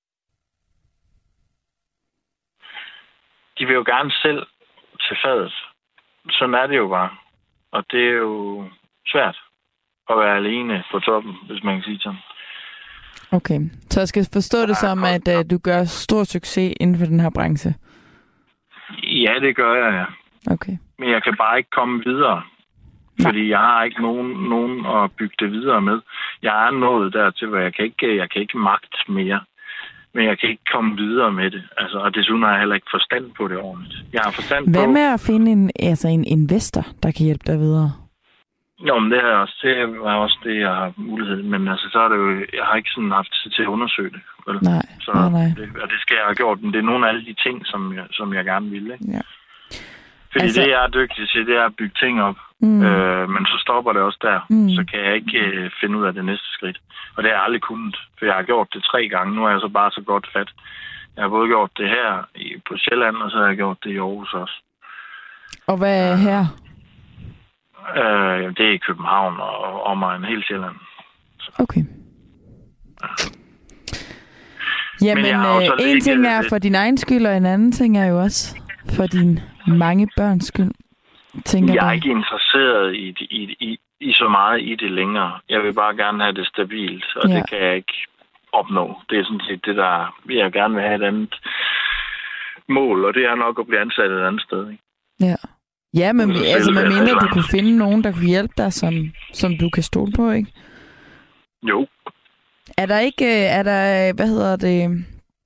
De vil jo gerne selv til fadet. Sådan er det jo bare. Og det er jo svært at være alene på toppen, hvis man kan sige sådan. Okay, så jeg skal forstå det som, at uh, du gør stor succes inden for den her branche? Ja, det gør jeg, ja. Okay. Men jeg kan bare ikke komme videre. Fordi Nej. jeg har ikke nogen, nogen at bygge det videre med. Jeg er nået dertil, hvor jeg kan ikke, jeg kan ikke magte mere. Men jeg kan ikke komme videre med det. Altså, og desuden har jeg heller ikke forstand på det ordentligt. Jeg har forstand Hvad på... med at finde en, altså en investor, der kan hjælpe dig videre? Jo, men det, er også, det er også det, jeg har mulighed. Men altså, så er det jo... Jeg har ikke sådan haft tid til at undersøge det. Vel? Nej, så nej, nej. Det, og det skal jeg have gjort. Men det er nogle af alle de ting, som jeg, som jeg gerne vil. Ikke? Ja. Fordi altså... det, jeg er dygtig til, det er at bygge ting op. Mm. Øh, men så stopper det også der. Mm. Så kan jeg ikke øh, finde ud af det næste skridt. Og det har jeg aldrig kunnet. For jeg har gjort det tre gange. Nu er jeg så bare så godt fat. Jeg har både gjort det her i, på Sjælland, og så har jeg gjort det i Aarhus også. Og hvad er her? Øh, det er i København og omegn hele Sjælland. Så. Okay. Jamen, øh, en ting er for din egen skyld, og en anden ting er jo også for din mange børns skyld. Tænker jeg er du? ikke interesseret i, i, i, i så meget i det længere. Jeg vil bare gerne have det stabilt, og ja. det kan jeg ikke opnå. Det er sådan set det, der jeg gerne vil have et andet mål, og det er nok at blive ansat et andet sted. Ikke? Ja. Ja, men altså, med mindre du kunne finde nogen, der kunne hjælpe dig, som, som du kan stole på, ikke? Jo. Er der ikke, er der, hvad hedder det,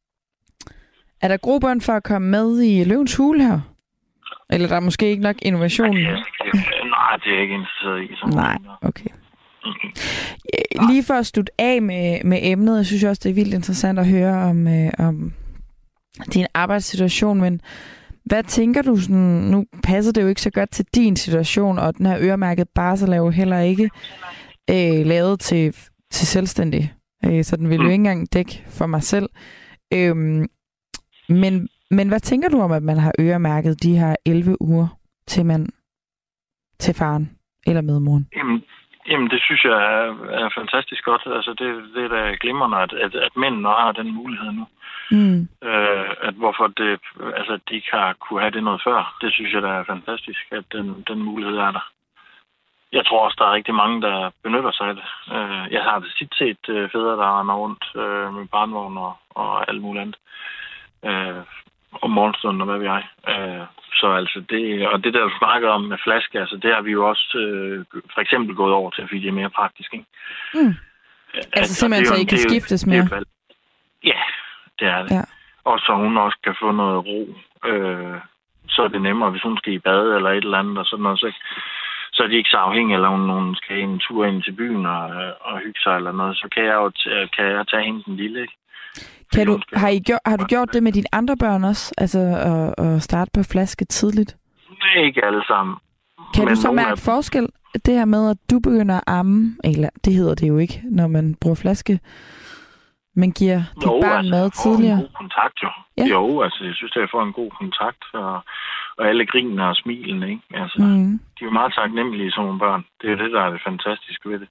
er der grobånd for at komme med i Løvens Hule her? Eller der er måske ikke nok innovation? Nej, nej, det er jeg ikke interesseret i. Sådan nej, okay. Mm-hmm. Lige for at slutte af med, med emnet, jeg synes også, det er vildt interessant at høre om, øh, om din arbejdssituation, men hvad tænker du sådan, nu passer det jo ikke så godt til din situation, og den her øremærket barsel er jo heller ikke øh, lavet til, til selvstændig, øh, så den vil jo ikke engang dække for mig selv. Øh, men, men hvad tænker du om, at man har øremærket de her elleve uger til mand, til faren eller medmoren? Jamen, jamen det synes jeg er, er fantastisk godt. Altså det, det er da glimrende, at, at, at mændene har den mulighed nu. Mm. Øh, at hvorfor det, altså, de ikke har kunne have det noget før, det synes jeg, der er fantastisk, at den, den mulighed er der. Jeg tror også, der er rigtig mange, der benytter sig af det. Øh, jeg har det tit set øh, fædre, der render rundt øh, med barnvogn og, og alt muligt andet. Øh, om morgenstunden og hvad ved jeg. Øh, så altså det, og det der, du snakker om med flaske, altså det har vi jo også øh, for eksempel gået over til, fordi det er mere praktisk, ikke? Mm. At, altså simpelthen, så I kan skiftes med? Ja, det er det. Ja. Og så hun også kan få noget ro. Øh, så er det nemmere, hvis hun skal i bad eller et eller andet, og sådan noget, så, så er de ikke så afhængige, eller hun, hun skal en tur ind til byen og, og hygge sig eller noget, så kan jeg jo t- kan jeg tage hende den lille, ikke? Kan du, har, I gjort, har du gjort det med dine andre børn også? Altså at, at starte på flaske tidligt? Det er ikke alle sammen. Kan Men du så mærke af... forskel? Det her med, at du begynder at amme, eller det hedder det jo ikke, når man bruger flaske, men giver dit jo, barn altså, mad tidligere? En god kontakt, jo. Ja. Jo, altså jeg synes, at jeg får en god kontakt, og, og alle griner og smilen, ikke? Altså, mm. de er jo meget taknemmelige som nogle børn. Det er jo det, der er det fantastiske ved det.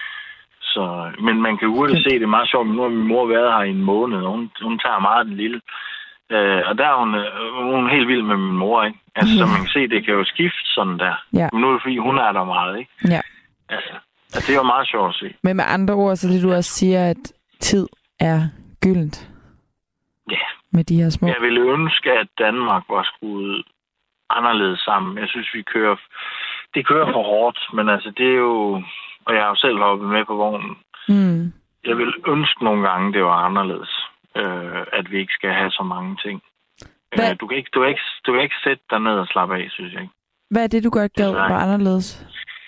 Så, men man kan hurtigt se, det er meget sjovt, men nu har min mor været her i en måned, og hun, hun tager meget den lille. Øh, og der er hun, hun er helt vild med min mor, ikke? Altså, mm. så man kan se, det kan jo skifte sådan der. Ja. Men nu er det fordi, hun er der meget, ikke? Ja. Altså, Altså, det er jo meget sjovt at se. Men med andre ord, så det du også siger, at tid er gyldent. Ja. Med de her små. Jeg ville ønske, at Danmark var skruet anderledes sammen. Jeg synes, vi kører... Det kører for hårdt, men altså, det er jo... Og jeg har jo selv hoppet med på vognen. Mm. Jeg vil ønske nogle gange, det var anderledes. Øh, at vi ikke skal have så mange ting. Øh, du, kan ikke, du, kan ikke, du kan ikke sætte dig ned og slappe af, synes jeg ikke. Hvad er det, du godt gad var anderledes?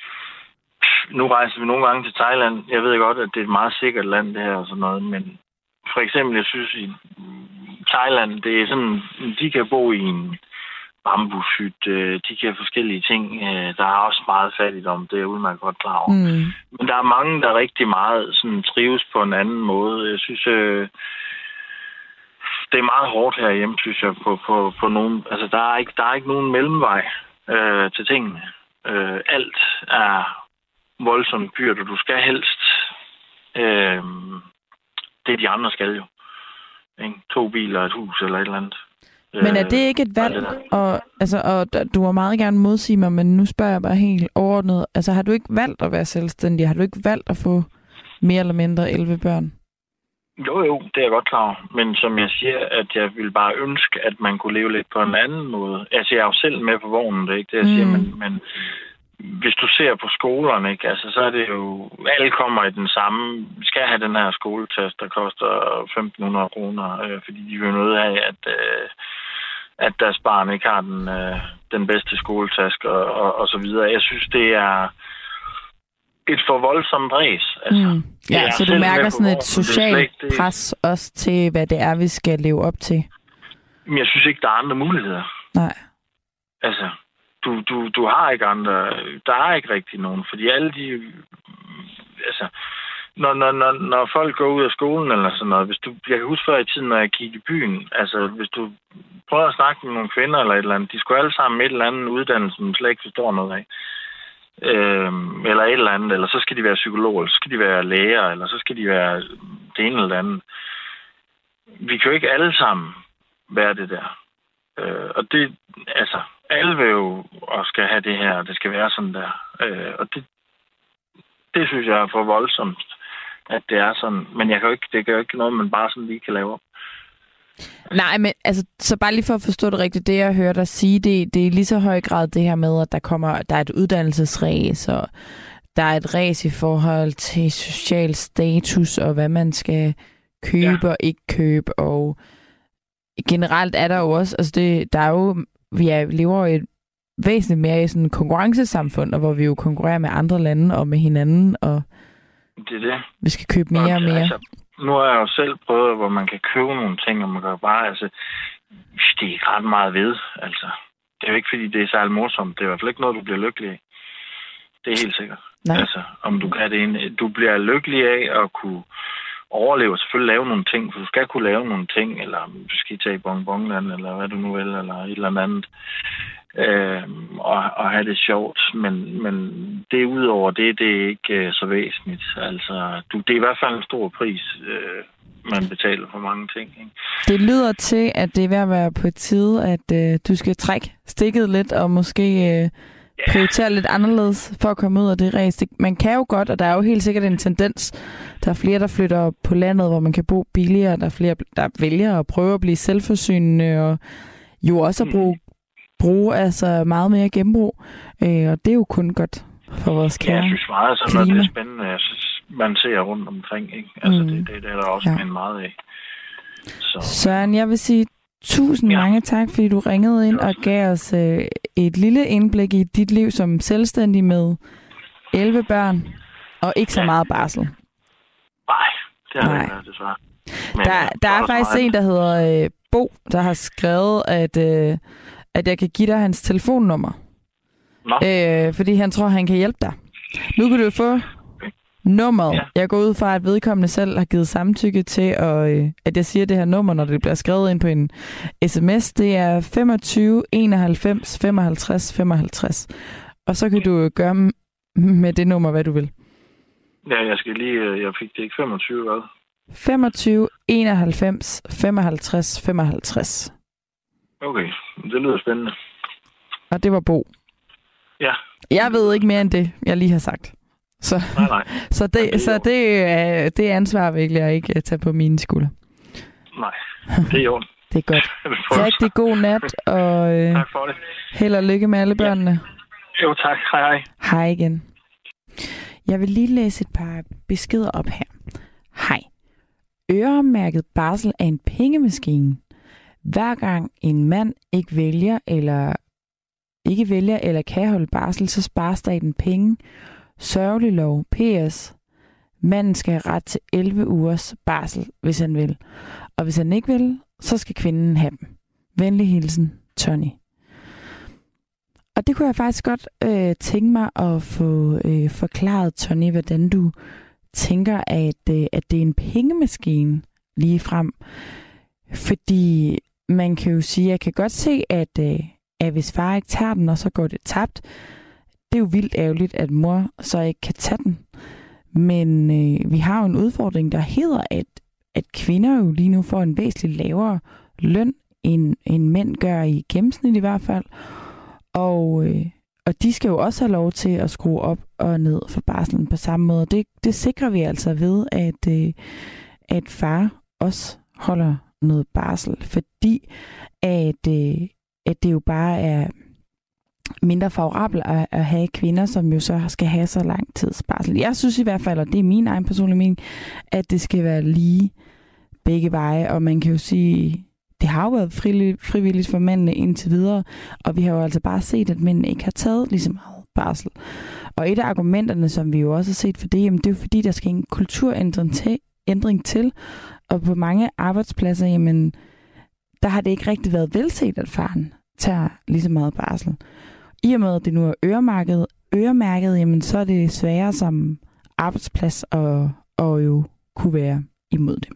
Nu rejser vi nogle gange til Thailand. Jeg ved godt, at det er et meget sikkert land, det her og sådan noget, men for eksempel, jeg synes, i Thailand, det er sådan, de kan bo i en bambushytte, de kan have forskellige ting. Der er også meget fattigdom, det er jeg udmærket godt klar over. Mm. Men der er mange, der rigtig meget sådan, trives på en anden måde. Jeg synes, øh, det er meget hårdt herhjemme, synes jeg, på, på, på nogen... Altså, der er ikke, der er ikke nogen mellemvej øh, til tingene. Øh, alt er voldsomt dyrt, og du skal helst... Øh, det de andre skal jo. Ikke? To biler, et hus eller et eller andet. Men er det ikke et valg? Og, altså, og du må meget gerne modsige mig, men nu spørger jeg bare helt overordnet. Altså, har du ikke valgt at være selvstændig? Har du ikke valgt at få mere eller mindre elleve børn? Jo, jo, det er jeg godt klar over. Men som jeg siger, at jeg vil bare ønske, at man kunne leve lidt på en anden måde. Altså, jeg er jo selv med på vognen, det er ikke det, jeg siger, mm. men, men hvis du ser på skolerne, ikke, altså, så er det jo... Alle kommer i den samme... Vi skal have den her skoletest, der koster femten hundrede kroner, øh, fordi de vil nødt af, at... Øh, at deres barn ikke har den, øh, den bedste skoletask og, og, og så videre. Jeg synes, det er et for voldsomt ræs. Altså, mm. Ja, så du mærker sådan et socialt det... pres også til, hvad det er, vi skal leve op til? Men jeg synes ikke, der er andre muligheder. Nej. Altså, du, du, du har ikke andre... Der er ikke rigtig nogen, fordi alle de... Altså... Når, når, når, når folk går ud af skolen eller sådan noget, hvis du, jeg kan huske før i tiden, når jeg gik i byen, altså hvis du prøver at snakke med nogle kvinder eller et eller andet, de skulle alle sammen med et eller andet uddannelse, som slet ikke forstår noget af. Øhm, eller et eller andet, eller så skal de være psykologer, eller så skal de være læger, eller så skal de være det ene eller andet. Vi kan jo ikke alle sammen være det der. Øh, og det, altså, alle vil jo og skal have det her, og det skal være sådan der. Øh, og det, det synes jeg er for voldsomt, at det er sådan. Men jeg kan jo ikke, det er jo ikke noget, man bare sådan lige kan lave op. Nej, men altså, så bare lige for at forstå det rigtigt, det jeg hører dig sige, det, det er lige så høj grad det her med, at der kommer, der er et uddannelsesræs, og der er et ræs i forhold til social status, og hvad man skal købe ja. og ikke købe, og generelt er der jo også, altså det, der er jo, vi er, lever jo et væsentligt mere i sådan et konkurrencesamfund, og hvor vi jo konkurrerer med andre lande og med hinanden, og det er det. Vi skal købe mere og, og mere. Altså, nu har jeg jo selv prøvet, hvor man kan købe nogle ting, og man kan bare, altså, det er ikke ret meget ved, altså. Det er jo ikke, fordi det er særlig morsomt. Det er i hvert fald ikke noget, du bliver lykkelig af. Det er helt sikkert. Nej. Altså, om du kan det ene. Du bliver lykkelig af at kunne overleve, og selvfølgelig lave nogle ting, for du skal kunne lave nogle ting, eller du skal tage i bonbonland, eller hvad du nu vil, eller et eller andet. Øh, og, og have det sjovt, men, men det udover det, det er ikke øh, så væsentligt. Altså, du, det er i hvert fald en stor pris, øh, man betaler for mange ting. Ikke? Det lyder til, at det er ved at være på tide, at øh, du skal trække stikket lidt, og måske øh, prioritere yeah. lidt anderledes for at komme ud af det ræs. Man kan jo godt, og der er jo helt sikkert en tendens, der er flere, der flytter på landet, hvor man kan bo billigere, der er flere, der vælger at prøve at blive selvforsynende, og jo også at bruge bruge altså meget mere genbrug, øh, og det er jo kun godt for vores kære ja, jeg synes meget, altså, klima. Det er spændende, jeg synes, man ser rundt omkring, ikke? Altså, mm. det, det, det er der også ja. meget af. Så. Søren, jeg vil sige tusind ja. mange tak, fordi du ringede ind og gav os øh, et lille indblik i dit liv som selvstændig med elleve børn, og ikke så ja. meget barsel. Nej, det har jeg ikke været, desværre. Men, der, der er faktisk en, der hedder øh, Bo, der har skrevet, at øh, at jeg kan give dig hans telefonnummer. Øh, fordi han tror, han kan hjælpe dig. Nu kan du få okay. nummeret. Ja. Jeg går ud fra, at vedkommende selv har givet samtykke til, at, øh, at jeg siger det her nummer, når det bliver skrevet ind på en sms. Det er femogtyve enoghalvfems femoghalvtreds femoghalvtreds. Og så kan du gøre med det nummer, hvad du vil. Ja, jeg skal lige... Jeg fik det ikke femogtyve, hvad? femogtyve enoghalvfems femoghalvtreds femoghalvtreds. Okay, det lyder spændende. Og det var Bo. Ja. Jeg ved ikke mere end det, jeg lige har sagt. Så, nej, nej. så, det, det så det, er, det ansvar vil jeg ikke tage på mine skuldre. Nej, det er jo. Det er godt. Rigtig god nat, og øh, tak for det. Held og lykke med alle børnene. Ja. Jo, tak. Hej, hej. Hej igen. Jeg vil lige læse et par beskeder op her. Hej. Øremærket barsel er en pengemaskine. Hver gang en mand ikke vælger eller ikke vælger eller kan holde barsel, så sparer staten penge. Sørgelig lov. P S. Manden skal have ret til elleve ugers barsel, hvis han vil. Og hvis han ikke vil, så skal kvinden have dem. Venlig hilsen, Tony. Og det kunne jeg faktisk godt øh, tænke mig at få øh, forklaret, Tony, hvordan du tænker, at, øh, at det er en pengemaskine lige frem. Fordi man kan jo sige, jeg kan godt se, at, øh, at hvis far ikke tager den, og så går det tabt. Det er jo vildt ærgerligt, at mor så ikke kan tage den. Men øh, vi har jo en udfordring, der hedder, at, at kvinder jo lige nu får en væsentligt lavere løn, end, end mænd gør i gennemsnit i hvert fald. Og, øh, og de skal jo også have lov til at skrue op og ned for barslen på samme måde. Det, det sikrer vi altså ved, at, øh, at far også holder noget barsel, fordi at, øh, at det jo bare er mindre favorabelt at, at have kvinder, som jo så skal have så lang tids barsel. Jeg synes i hvert fald, og det er min egen personlige mening, at det skal være lige begge veje, og man kan jo sige, det har jo været frivilligt for mændene indtil videre, og vi har jo altså bare set, at mændene ikke har taget lige så meget barsel. Og et af argumenterne, som vi jo også har set for det, jamen, det er jo fordi, der skal en kulturændring til, ændring til, og på mange arbejdspladser, jamen, der har det ikke rigtig været velset, at faren tager lige så meget barsel. I og med, at det nu er øremærket, øremærket jamen, så er det sværere som arbejdsplads at, at jo kunne være imod det.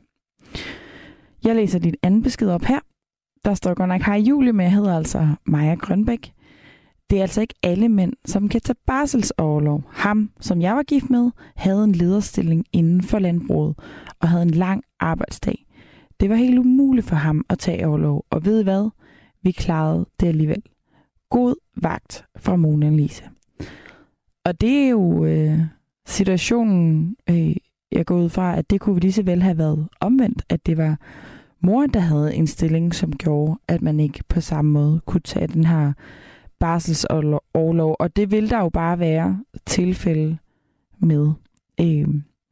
Jeg læser dit anden besked op her. Der står godt nok hej Julie, men jeg hedder altså Maja Grønbæk. Det er altså ikke alle mænd, som kan tage barselsorlov. Ham, som jeg var gift med, havde en lederstilling inden for landbruget og havde en lang arbejdsdag. Det var helt umuligt for ham at tage orlov, og ved I hvad? Vi klarede det alligevel. God vagt fra Mona Lise. Og det er jo øh, situationen, øh, jeg går ud fra, at det kunne lige så vel have været omvendt, at det var mor, der havde en stilling, som gjorde, at man ikke på samme måde kunne tage den her barselsorlov. Og det vil der jo bare være tilfælde med. Øh.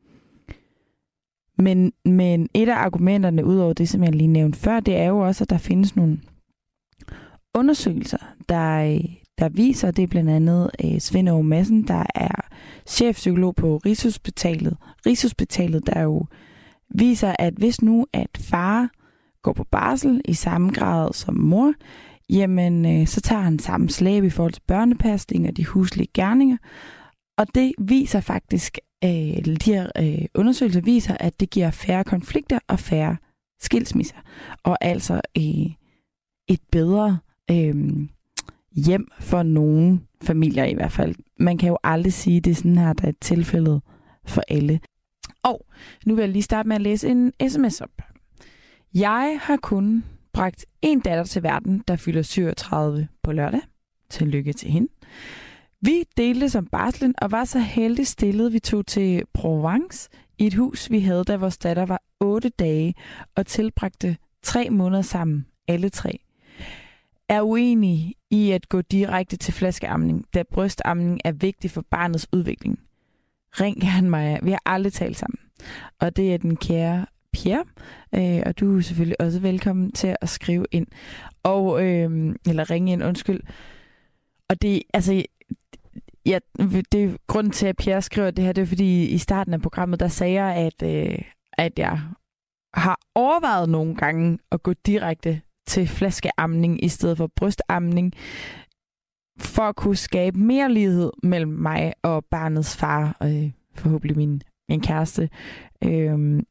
Men, men et af argumenterne, udover det, som jeg lige nævnte før, det er jo også, at der findes nogle undersøgelser, der, der viser, det er blandt andet uh, Svend Aage Madsen, der er chefpsykolog på Rigshospitalet. Rigshospitalet, der jo viser, at hvis nu, at far går på barsel i samme grad som mor, jamen uh, så tager han samme slæb i forhold til børnepasning og de huslige gerninger. Og det viser faktisk, uh, de her uh, undersøgelser viser, at det giver færre konflikter og færre skilsmisser. Og altså uh, et bedre Øhm, hjem for nogle familier i hvert fald. Man kan jo aldrig sige, at det er sådan her, der er tilfældet for alle. Og nu vil jeg lige starte med at læse en sms op. Jeg har kun bragt en datter til verden, der fylder syvogtredive på lørdag. Tillykke til hende. Vi delte som barslen og var så heldigt stillet, vi tog til Provence i et hus, vi havde, da vores datter var otte dage og tilbragte tre måneder sammen, alle tre. Er uenig i at gå direkte til flaskeamning, da brystamning er vigtig for barnets udvikling. Ring gerne mig. Vi har aldrig talt sammen. Og det er den kære Pierre, øh, og du er selvfølgelig også velkommen til at skrive ind. Og, øh, eller ringe ind, undskyld. Og det, altså, ja, det er grunden til, at Pierre skriver det her, det er fordi i starten af programmet, der sagde jeg, at, øh, at jeg har overvejet nogle gange at gå direkte til flaskeamning i stedet for brystamning, for at kunne skabe mere lighed mellem mig og barnets far, og øh, forhåbentlig min, min kæreste. Øhm,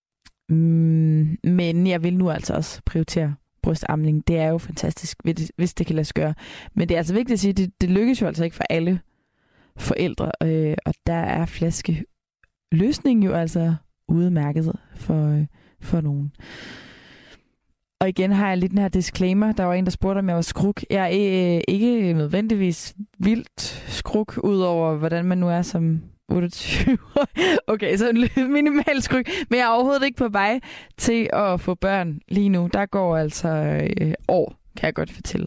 mm, men jeg vil nu altså også prioritere brystamning. Det er jo fantastisk, hvis det kan lade sig gøre. Men det er altså vigtigt at sige, at det, det lykkes jo altså ikke for alle forældre, øh, og der er flaskeløsning jo altså udmærket for, øh, for nogen. Og igen har jeg lige den her disclaimer. Der var en, der spurgte, om jeg var skruk. Jeg er øh, ikke nødvendigvis vildt skruk, udover hvordan man nu er som otteogtyve. Okay, så en minimal skryg. Men jeg er overhovedet ikke på vej til at få børn lige nu. Der går altså øh, år, kan jeg godt fortælle.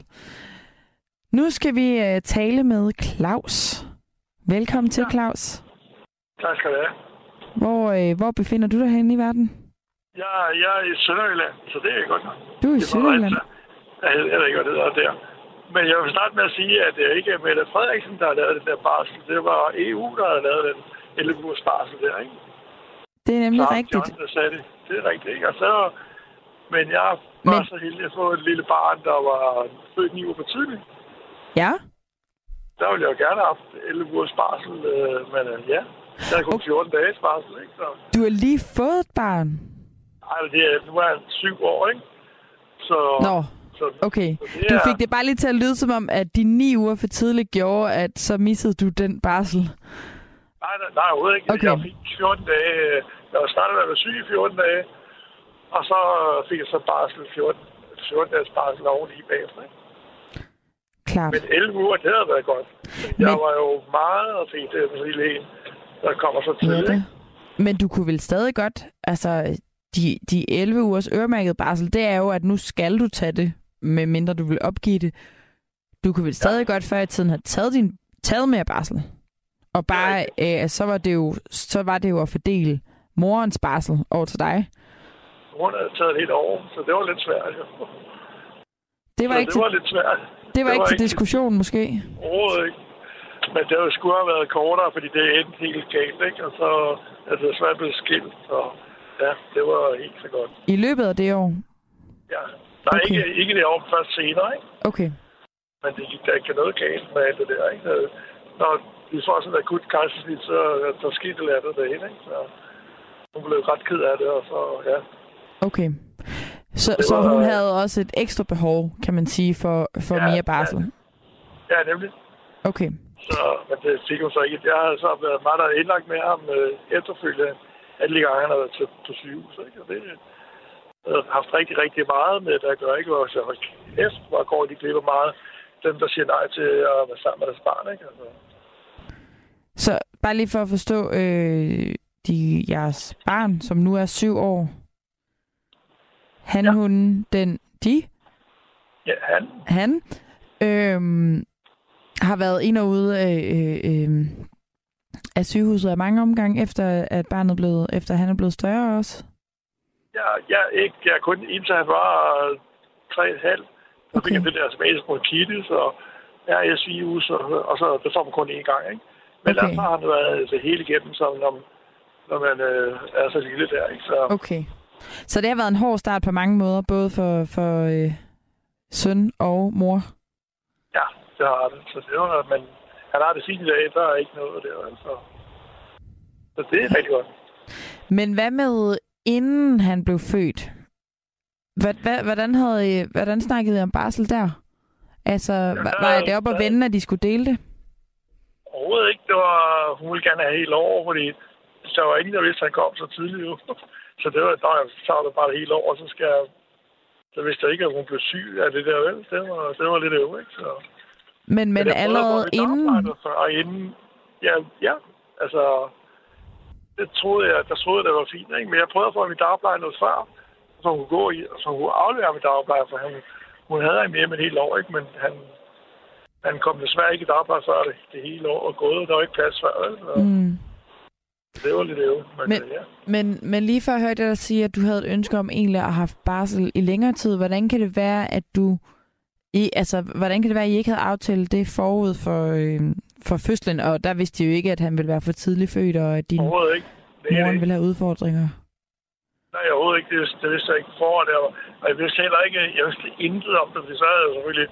Nu skal vi øh, tale med Claus. Velkommen til, Claus. Tak skal du have. Hvor, øh, hvor befinder du dig henne i verden? Jeg, jeg er i Sønderjylland, så det er godt. Du er i Sønderjylland? Jeg ved ikke, hvad det hedder der. Men jeg vil starte med at sige, at det er ikke Mette Frederiksen, der har lavet den der barsel. Det var E U, der har lavet den elleve ugers barsel der, ikke? Det er nemlig så rigtigt. John, der sagde det. Det er rigtigt, ikke? Og så, men jeg var men... så heldig at få et lille barn, der var født ni uger for tidligt. Ja? Der ville jeg jo gerne have haft elleve ugers barsel, øh, men øh, ja. Der er kun fjorten dages barsel, ikke? Så... Du har lige fået et barn? Nej, det er, nu er han syv år, ikke? Så... Nå. Så, okay. Så du fik det bare lige til at lyde som om, at de ni uger for tidligt gjorde, at så missede du den barsel. Nej, nej, nej overhovedet ikke. Okay. Jeg fik fjorten dage. Jeg var startet med at være syg i fjorten dage. Og så fik jeg så barsel fjorten, fjorten dages barsel oveni bagefter. Ikke? Klart. Men elleve uger, det havde været godt. Men... Jeg var jo meget og fik det med lille en, der kommer så tidligt. Ja, men du kunne vel stadig godt, altså de, de elleve ugers øremærket barsel, det er jo, at nu skal du tage det, med mindre du vil opgive det. Du kunne vel stadig ja. godt før i tiden have taget, din, taget mere barsel. Og bare, ja, øh, så, var det jo, så var det jo at fordele morens barsel over til dig. Moren havde taget det helt over, så det var lidt svært. Jo. Det var, så ikke det til, var lidt svært. Det var, det ikke var til ikke diskussion, til... måske? Overhovedet ikke. Men det jo skulle have været kortere, fordi det endte helt galt, ikke? Og så er det svært blevet skilt, og ja, det var helt så godt. I løbet af det år? Ja. Nej, okay. ikke, ikke det år, først senere, ikke? Okay. Men det gik der ikke noget galt med alt det der, ikke? Når vi får sådan en akut kejsersnit, så der skete det andet derinde, ikke? Så hun blev ret ked af det, og så, ja. Okay. Så, var, så hun havde også et ekstra behov, kan man sige, for, for ja, mere barsel? Ja, ja, nemlig. Okay. Så, men det fik hun så ikke. Jeg havde så været meget der indlagt med ham øh, efterfølgende, alle gange han havde været til, på sygehus, ikke? Og det jeg har haft rigtig, rigtig meget med, der gør ikke, hvor jeg kæft, hvor går de glipper meget. Dem, der siger nej til at være sammen med deres barn, ikke? Altså. Så bare lige for at forstå, øh, de, jeres barn, som nu er syv år, han, ja. hun, den, de? Ja, han. Han øh, har været ind og ude af, øh, øh, af sygehuset af mange omgange, efter at barnet blev, efter han er blevet større også? Ja, ja, ikke. Jeg kun indtil han var tre og et halvt. Så fik jeg det der astmatisk bronkitis og R S-virus, og, og så det får man kun én gang, ikke? Men okay. Ellers har han været det hele igennem, som når, når man øh, er så lille der, ikke? Så... Okay. Så det har været en hård start på mange måder, både for, for øh, søn og mor? Ja, det har det. Så det var, men han har det fint i dag, der er ikke noget der, altså. Så det er rigtig godt. Men hvad med inden han blev født? Hvordan, havde, hvordan snakkede I om barsel der? Altså, ja, der, var det op at vende, at de skulle dele det? Overhovedet ikke. Det var, hun ville gerne have helt over, fordi der var ingen, der vidste, at han kom så tidligt. Jo. Så det var, der tager det bare det hele over, og så skal jeg... Så vidste jeg ikke, at hun blev syg af det der, vel? Det var, det var lidt øv, ikke? Så, men men allerede inden... Og inden... Ja, ja, altså... Det troede jeg, der troede jeg, det var fint, ikke? Men jeg prøvede at få mit dagpleje noget før, så hun kunne gå i, så hun kunne aflevere mit dagpleje, for han, hun havde en mere med et helt år, ikke? Men han, han kom desværre ikke i dagpleje før det, det hele år og gået, der var ikke plads før, vel? Mm. Det var lidt øv, men, men, ja. men, men lige før hørte jeg dig sige, at du havde et ønske om egentlig at have haft barsel i længere tid. Hvordan kan det være, at du... I, altså, hvordan kan det være, at I ikke havde aftalt det forud for, øh, for fødslen? Og der vidste I jo ikke, at han ville være for tidligt født, og at din mor ville have udfordringer. Nej, overhovedet ikke. Det, det vidste jeg ikke for det. Og jeg vidste heller ikke, jeg vidste intet om det, fordi så havde jeg selvfølgelig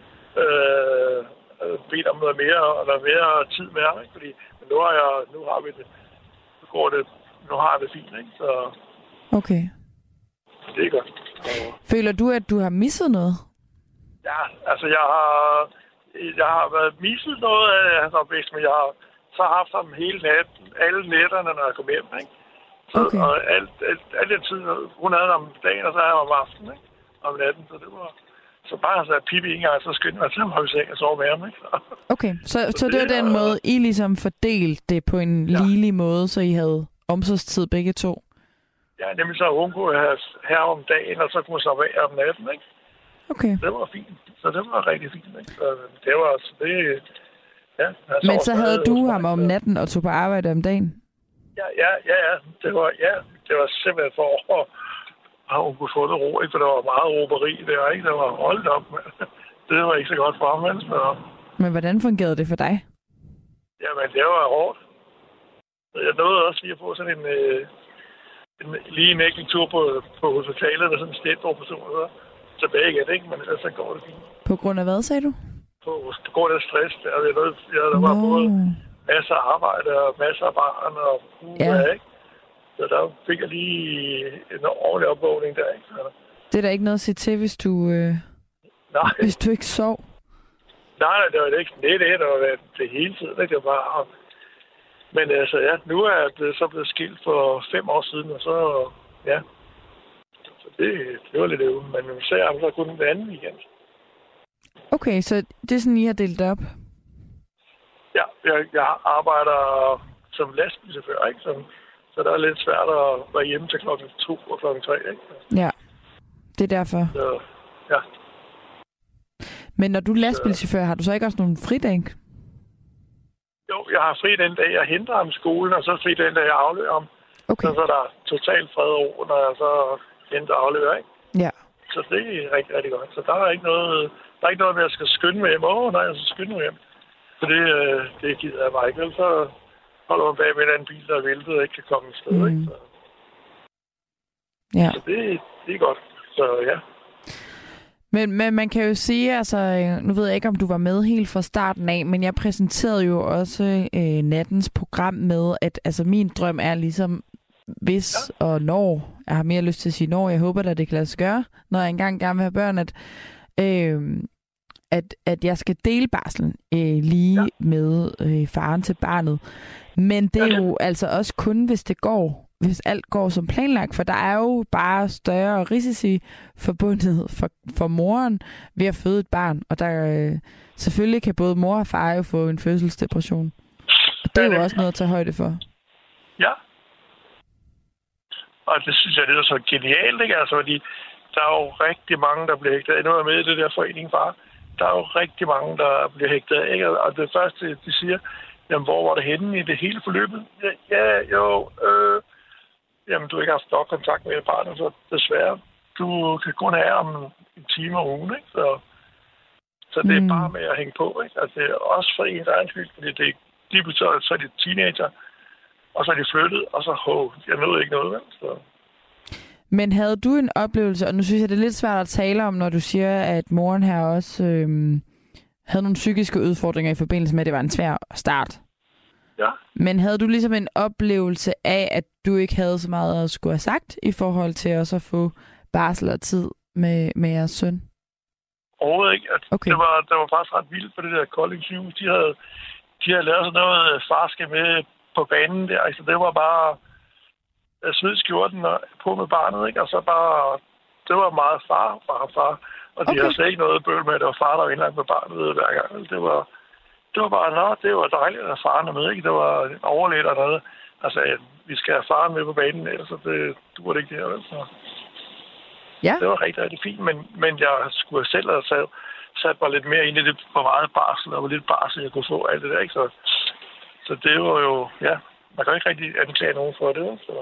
øh, bedt om noget mere, og der mere tid med ham, ikke? Fordi nu har, jeg, nu har vi det, nu går det, nu har jeg det fint, ikke? Så okay. Det er godt. Så... Føler du, at du har misset noget? Ja, altså jeg har, jeg har været misset noget af hans opvækst, men jeg har så haft ham hele natten, alle nætterne, når jeg kom hjem, ikke? Så, okay. Og alt, alt, alt den tid, hun havde om dagen, og så havde jeg om aftenen, ikke? Om natten, så det var, Så bare så Pippi en gang, så skyndte mig til ham op i seng og sove med ham, ikke? Okay, så, så, så det var den måde, I ligesom fordelte det på en ja. ligelig måde, så I havde omsorgstid begge to? Ja, nemlig så hun kunne have her om dagen, og så kunne hun så være om natten, ikke? Okay. Det var fint. Så det var rigtig fint, ikke? Så det var altså det... Ja, men så havde du ham om natten og tog på arbejde om dagen? Ja, ja, ja, ja. Det var, ja, det var simpelthen for at, at hun kunne få det ro, ikke? For der var meget råberi der, ikke? Der var holdt op, men det var ikke så godt for ham, så... Men hvordan fungerede det for dig? Jamen, det var hårdt. Jeg nåede også lige at få sådan en... Øh, en lige en enkelt tur på, på hospitalet, med sådan en stændoperation, og så tilbage igen, ikke? Men ellers så går det fint. På grund af hvad, sagde du? På, på grund af stress. Der, jeg ved, jeg, der var no. både masser af arbejde og masser af barn og uh, ja. Der, ikke? Så der fik jeg lige en ordentlig opvågning der, ikke? Så. Det er da ikke noget at sige til, hvis du, øh, nej. hvis du ikke sov? Nej, nej, det var det ikke. Det er det, der var det, det hele tiden, ikke? Det var bare... Men altså, ja, nu er jeg så blevet skilt for fem år siden, og så, ja. Så det, det var lidt øve. Men nu ser jeg, så kun den anden igen. Okay, så det er sådan, I har delt op? Ja, jeg, jeg arbejder som lastbilchauffør, ikke? Så, så der er lidt svært at være hjemme til klokken to og klokken tre, ikke? Ja, det er derfor. Så, ja. Men når du er lastbilchauffør, har du så ikke også nogle fridage? Jo, jeg har fri den dag, jeg henter ham i skolen, og så fri den dag, jeg afleverer ham. Okay. Så, så er der totalt fred og ro, når jeg så henter og afleverer, ikke? Ja. Så det er rigtig, rigtig godt. Så der er ikke noget, der er ikke noget med, at jeg skal skynde mig hjem. Åh, oh, nej, jeg skal skynde mig hjem. For det, det gider jeg bare ikke. Vel, så holder man bag med en anden bil, der er væltet og ikke kan komme et sted, mm. ikke? Så, ja. Så det, det er godt. Så ja. Men, men man kan jo sige, altså, nu ved jeg ikke, om du var med helt fra starten af, men jeg præsenterede jo også øh, nattens program med, at altså, min drøm er ligesom, hvis ja. og når, jeg har mere lyst til at sige når, jeg håber at det kan lade sig gøre, når jeg engang gerne vil have børn, at, øh, at, at jeg skal dele barslen øh, lige ja. med øh, faren til barnet. Men det er jo altså også kun, hvis det går, hvis alt går som planlagt, for der er jo bare større risici forbundet for, for moren ved at føde et barn, og der øh, selvfølgelig kan både mor og far jo få en fødselsdepression. Og det er jo også noget at tage højde for. Ja. Og det synes jeg, det er så genialt, ikke? Altså, fordi der er jo rigtig mange, der bliver hægtet af. Nu er jeg med i det der forening, far. Der er jo rigtig mange, der bliver hægtet af, ikke? Og det første, de siger, jamen, hvor var det henne i det hele forløbet? Ja, ja jo, øh, jamen, du har ikke haft nok kontakt med barnet, så desværre. Du kan kun have om en time om ugen, ikke? Så, så det er mm. bare med at hænge på, ikke? Altså, det er også for ens egen skyld, fordi det, de betyder, så er de teenager, og så er de flyttet, og så, hov, jeg nåede ikke noget, vel? Så. Men havde du en oplevelse, og nu synes jeg, det er lidt svært at tale om, når du siger, at moren her også øhm, havde nogle psykiske udfordringer i forbindelse med, at det var en svær start. Ja. Men havde du ligesom en oplevelse af, at du ikke havde så meget at skulle have sagt, i forhold til også at få barsel og tid med, med jeres søn? Overhovedet ikke. Okay. Det, var, det var faktisk ret vildt for det der Kolding sygehus. De havde, de havde lavet sådan noget farske med på banen der. Altså, det var bare smid skjorten på med barnet, ikke? Og så bare, det var meget far, far, far. Og de okay. havde slet ikke noget bøl med, at det var far, der var indlagt med barnet ved, hver gang. Det var, det var bare, nå, det var dejligt, at faren er med, ikke? Det var overledt og noget. Altså, vi skal have faren med på banen, ellers det duer det ikke det her, vel? Så. Ja. Det var rigtig, rigtig fint, men, men jeg skulle selv have sat, sat mig lidt mere ind i det, hvor meget barsel og hvor lidt barsel jeg kunne få, alt det der, ikke? Så, så det var jo, ja, man kan ikke rigtig anklage nogen for det, så...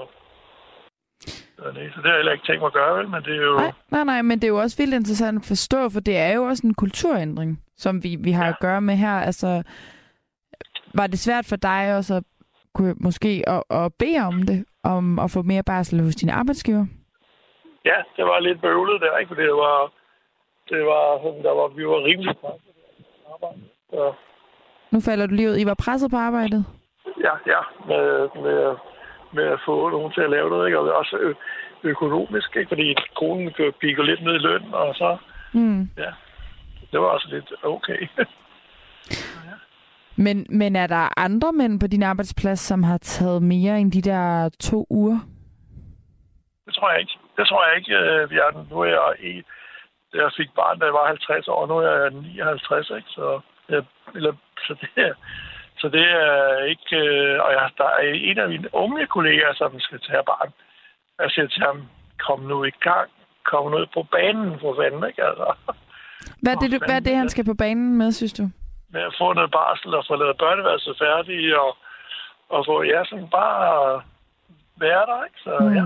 Så det har jeg heller ikke tænkt mig at gøre, vel? Men det er jo... Nej, nej, nej, men det er jo også vildt interessant at forstå, for det er jo også en kulturændring, som vi, vi har ja. at gøre med her. Altså, var det svært for dig også at kunne, måske at, at bede om det, om at få mere barsel hos dine arbejdsgiver? Ja, det var lidt bøvlet der, ikke? For det var, det var sådan, der var, vi var rimelig presset på arbejde. Så... Nu falder du lige ud. I var presset på arbejdet? Ja, ja, med... med med at få nogen til at lave noget, ikke? Og også ø- økonomisk, ikke? Fordi konen pikker lidt ned i løn, og så, mm. ja, det var også lidt okay. Ja. Men, men er der andre mænd på din arbejdsplads, som har taget mere end de der to uger? Det tror jeg ikke. Det tror jeg ikke, vi er. Nu er jeg i, jeg fik barn, da jeg var halvtreds år. Nu er jeg nioghalvtreds, ikke? Så, jeg, eller, så, det, er, så det er ikke... Øh, og jeg, der er en af mine unge kollegaer, som skal tage barn. Jeg siger til ham, kom nu i gang. Kom nu på banen, for fanden, ikke? Altså. Hvad er det, du, hvad er det han skal på banen med, synes du? Med at få noget barsel og få lavet børneværelset færdigt, og, og få, ja, sådan bare være der, ikke? Så mm. ja.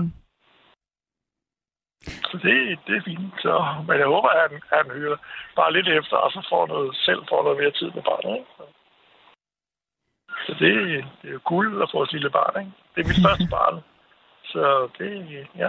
Så det, det er fint. Så, men jeg håber, at han, han hører bare lidt efter, og så får noget, selv får noget mere tid med barnet, ikke? Så, så det, det er jo guld at få et lille barn, ikke? Det er mit første barn. Så det, ja.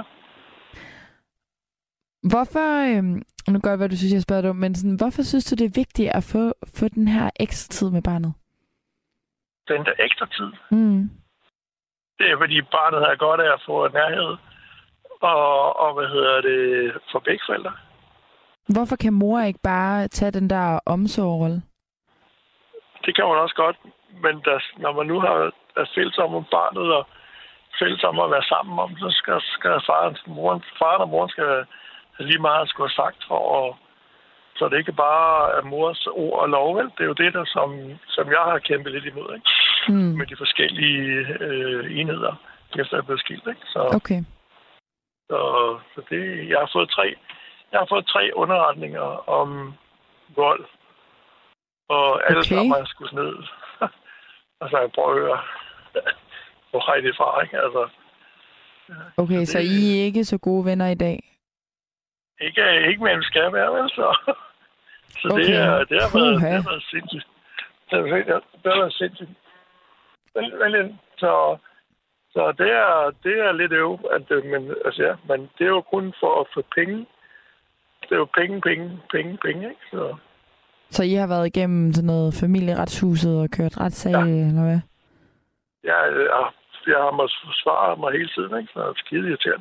Hvorfor, øhm, nu gør jeg, hvad du synes, jeg spørger dig om, men sådan, hvorfor synes du, det er vigtigt at få, få den her ekstra tid med barnet? Den der ekstra tid? Mm. Det er, fordi barnet har godt af at få nærhed, og, og hvad hedder det, for begge forældre. Hvorfor kan mor ikke bare tage den der omsorgsrolle? Det kan man også godt, men der, når man nu har er fælles om barnet, og fælles om at være sammen om, så skal, skal faren, moren, faren og moren skal lige meget skulle have sagt for, og, så det ikke bare er mors ord og lov, vel? Det er jo det, der, som, som jeg har kæmpet lidt imod, ikke? Mm. Med de forskellige øh, enheder, efter jeg er blevet skilt, ikke? Så, okay. Så, så det, jeg har fået tre, jeg har fået tre underretninger om vold, og alle okay. sammen har jeg skudt ned. Og så jeg prøver at høre, hvor har I det fra, ikke? Altså, okay, så, det, så I er ikke så gode venner i dag? Ikke, ikke mellem skal være, vel? Så, så okay. det, er, det, har været, det har været sindssygt. Det har været, det har været sindssygt. Så, så det, er, det er lidt øv, at det, men, altså, ja, men det er jo kun for at få penge. Det er jo penge, penge, penge, penge, ikke? Så, så I har været igennem sådan noget familieretshuset og kørt retssag, ja. Eller hvad? Ja, jeg, jeg har måttet forsvare mig hele tiden, ikke? Så det er skide irriterende.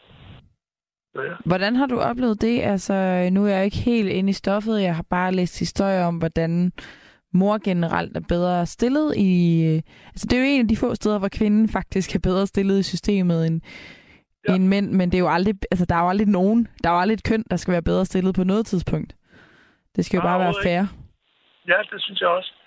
Ja. Hvordan har du oplevet det? Altså, nu er jeg ikke helt inde i stoffet. Jeg har bare læst historier om, hvordan mor generelt er bedre stillet i... Altså, det er jo en af de få steder, hvor kvinden faktisk er bedre stillet i systemet end, ja. end mænd, men det er jo aldrig... Altså, der er jo aldrig nogen... Der er jo aldrig et køn, der skal være bedre stillet på noget tidspunkt. Det skal jo bare være fair. Ja, det synes jeg også.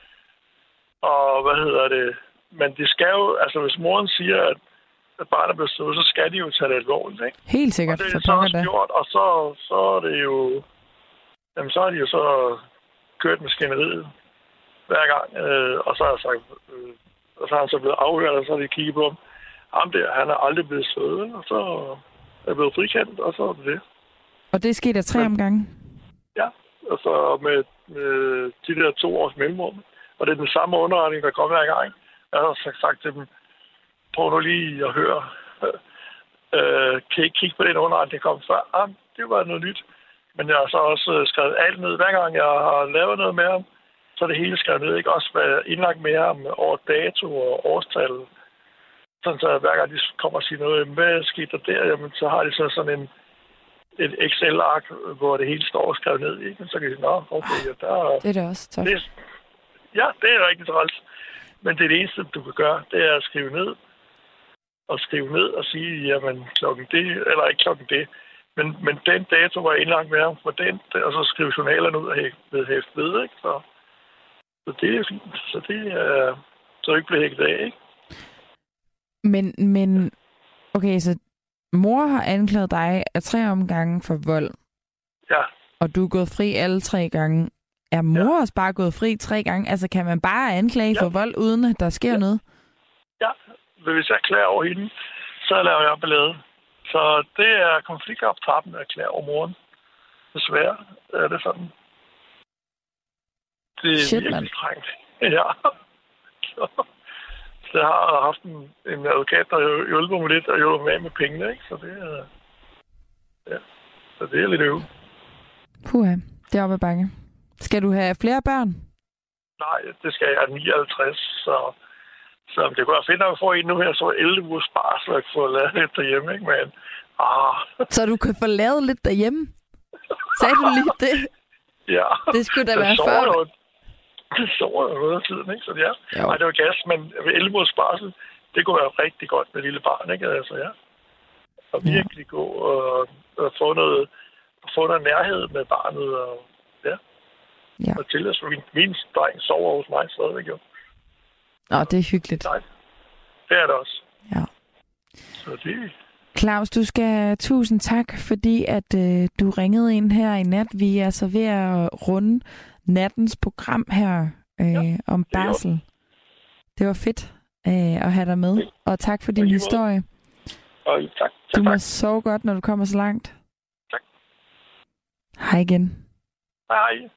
Og hvad hedder det? Men det skal jo... Altså, hvis moren siger, at at barnet bliver stået, så skal de jo tage det alvorligt, ikke? Helt sikkert. Og det er så også gjort, og så, så er det jo... Jamen, så har de jo så kørt med skænderiet hver gang, øh, og så har jeg sagt... Øh, og så har han så blevet afhørt, og så har de kigget på ham. Ham der, han er aldrig blevet stået, og så er jeg blevet frikendt, og så er det det. Og det skete der tre omgange? Ja, og så med, med de der to års mellemrum. Og det er den samme underretning, der kommer hver gang. Jeg har sagt, sagt til dem, prøv nu lige at høre. Øh, kan I ikke kigge på den underretning, der kom før? Ah, det var noget nyt. Men jeg har så også skrevet alt ned. Hver gang jeg har lavet noget med ham, så er det hele skrevet ned. Ikke? Også været indlagt med ham over dato og årstal. Sådan så hver gang de kommer og siger noget, hvad skete der der? Jamen, så har de så sådan en et Excel-ark, hvor det hele står skrevet ned. Ikke? Så kan de sige, nå, okay, ja, der... Det er det også, tak. Det, ja, det er rigtig træls. Men det er det eneste, du kan gøre, det er at skrive ned. Og skrive ned og sige, jamen, klokken det, eller ikke klokken det. Men, men den dato var indlagt med ham for den, og så skrive journalerne ud af ved hæft ved, ikke? Så, så det er fint. Så det er så ikke blevet hægtet af, ikke? Men, men, okay, så mor har anklaget dig af tre omgange for vold. Ja. Og du er gået fri alle tre gange. Er mor ja. også bare gået fri tre gange? Altså, kan man bare anklage ja. for vold, uden at der sker ja. noget? Ja, hvis jeg klager over hende, så laver jeg ballade. Så det er konfliktoptrappende at klage over moren. Desværre er det sådan. Det er Shit, virkelig man. trængt. Ja. Så jeg har haft en, en advokat, der har hjulpet mig lidt og hjulpet mig af med pengene, ikke? Så det er, ja. Så det er lidt øve. Puha, det er oppe ad bakke. Skal du have flere børn? Nej, det skal jeg. Jeg er nioghalvtreds, så, så det kunne være fedt, at jeg får en nu her, så elleve ugers barsel, så jeg kan få lavet lidt derhjemme, ikke? Men, ah. Så du kan få lavet lidt derhjemme? Sagde du lige det? Ja. Det skulle da være før. Jo, det sover jo noget af tiden, ikke? Så ja. Nej, det var gas, men elleve ugers barsel, det kunne være rigtig godt med lille barn, ikke? Altså, ja. Og virkelig ja. gå og, og få noget, få noget nærhed med barnet. Og, ja. Ja. Og til at min, min dreng sover hos mig stadigvæk jo. Åh, det er hyggeligt. Nej, det er det også. Ja. Så det... Claus, du skal tusind tak, fordi at øh, du ringede ind her i nat. Vi er altså ved at runde nattens program her øh, ja, om barsel. Det, det var fedt øh, at have dig med, og tak for din og historie. Og tak, tak, du må tak. sove godt, når du kommer så langt. Tak. Hej igen. Hej.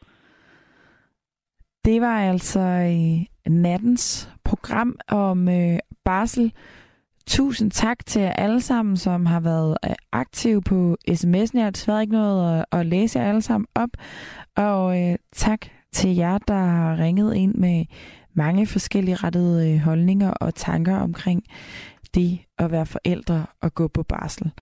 Det var altså øh, nattens program om øh, barsel. Tusind tak til jer alle sammen, som har været øh, aktive på sms'en. Jeg har desværre ikke noget at, at læse jer alle sammen op. Og øh, tak til jer, der har ringet ind med mange forskellige rettede øh, holdninger og tanker omkring det at være forældre og gå på barsel.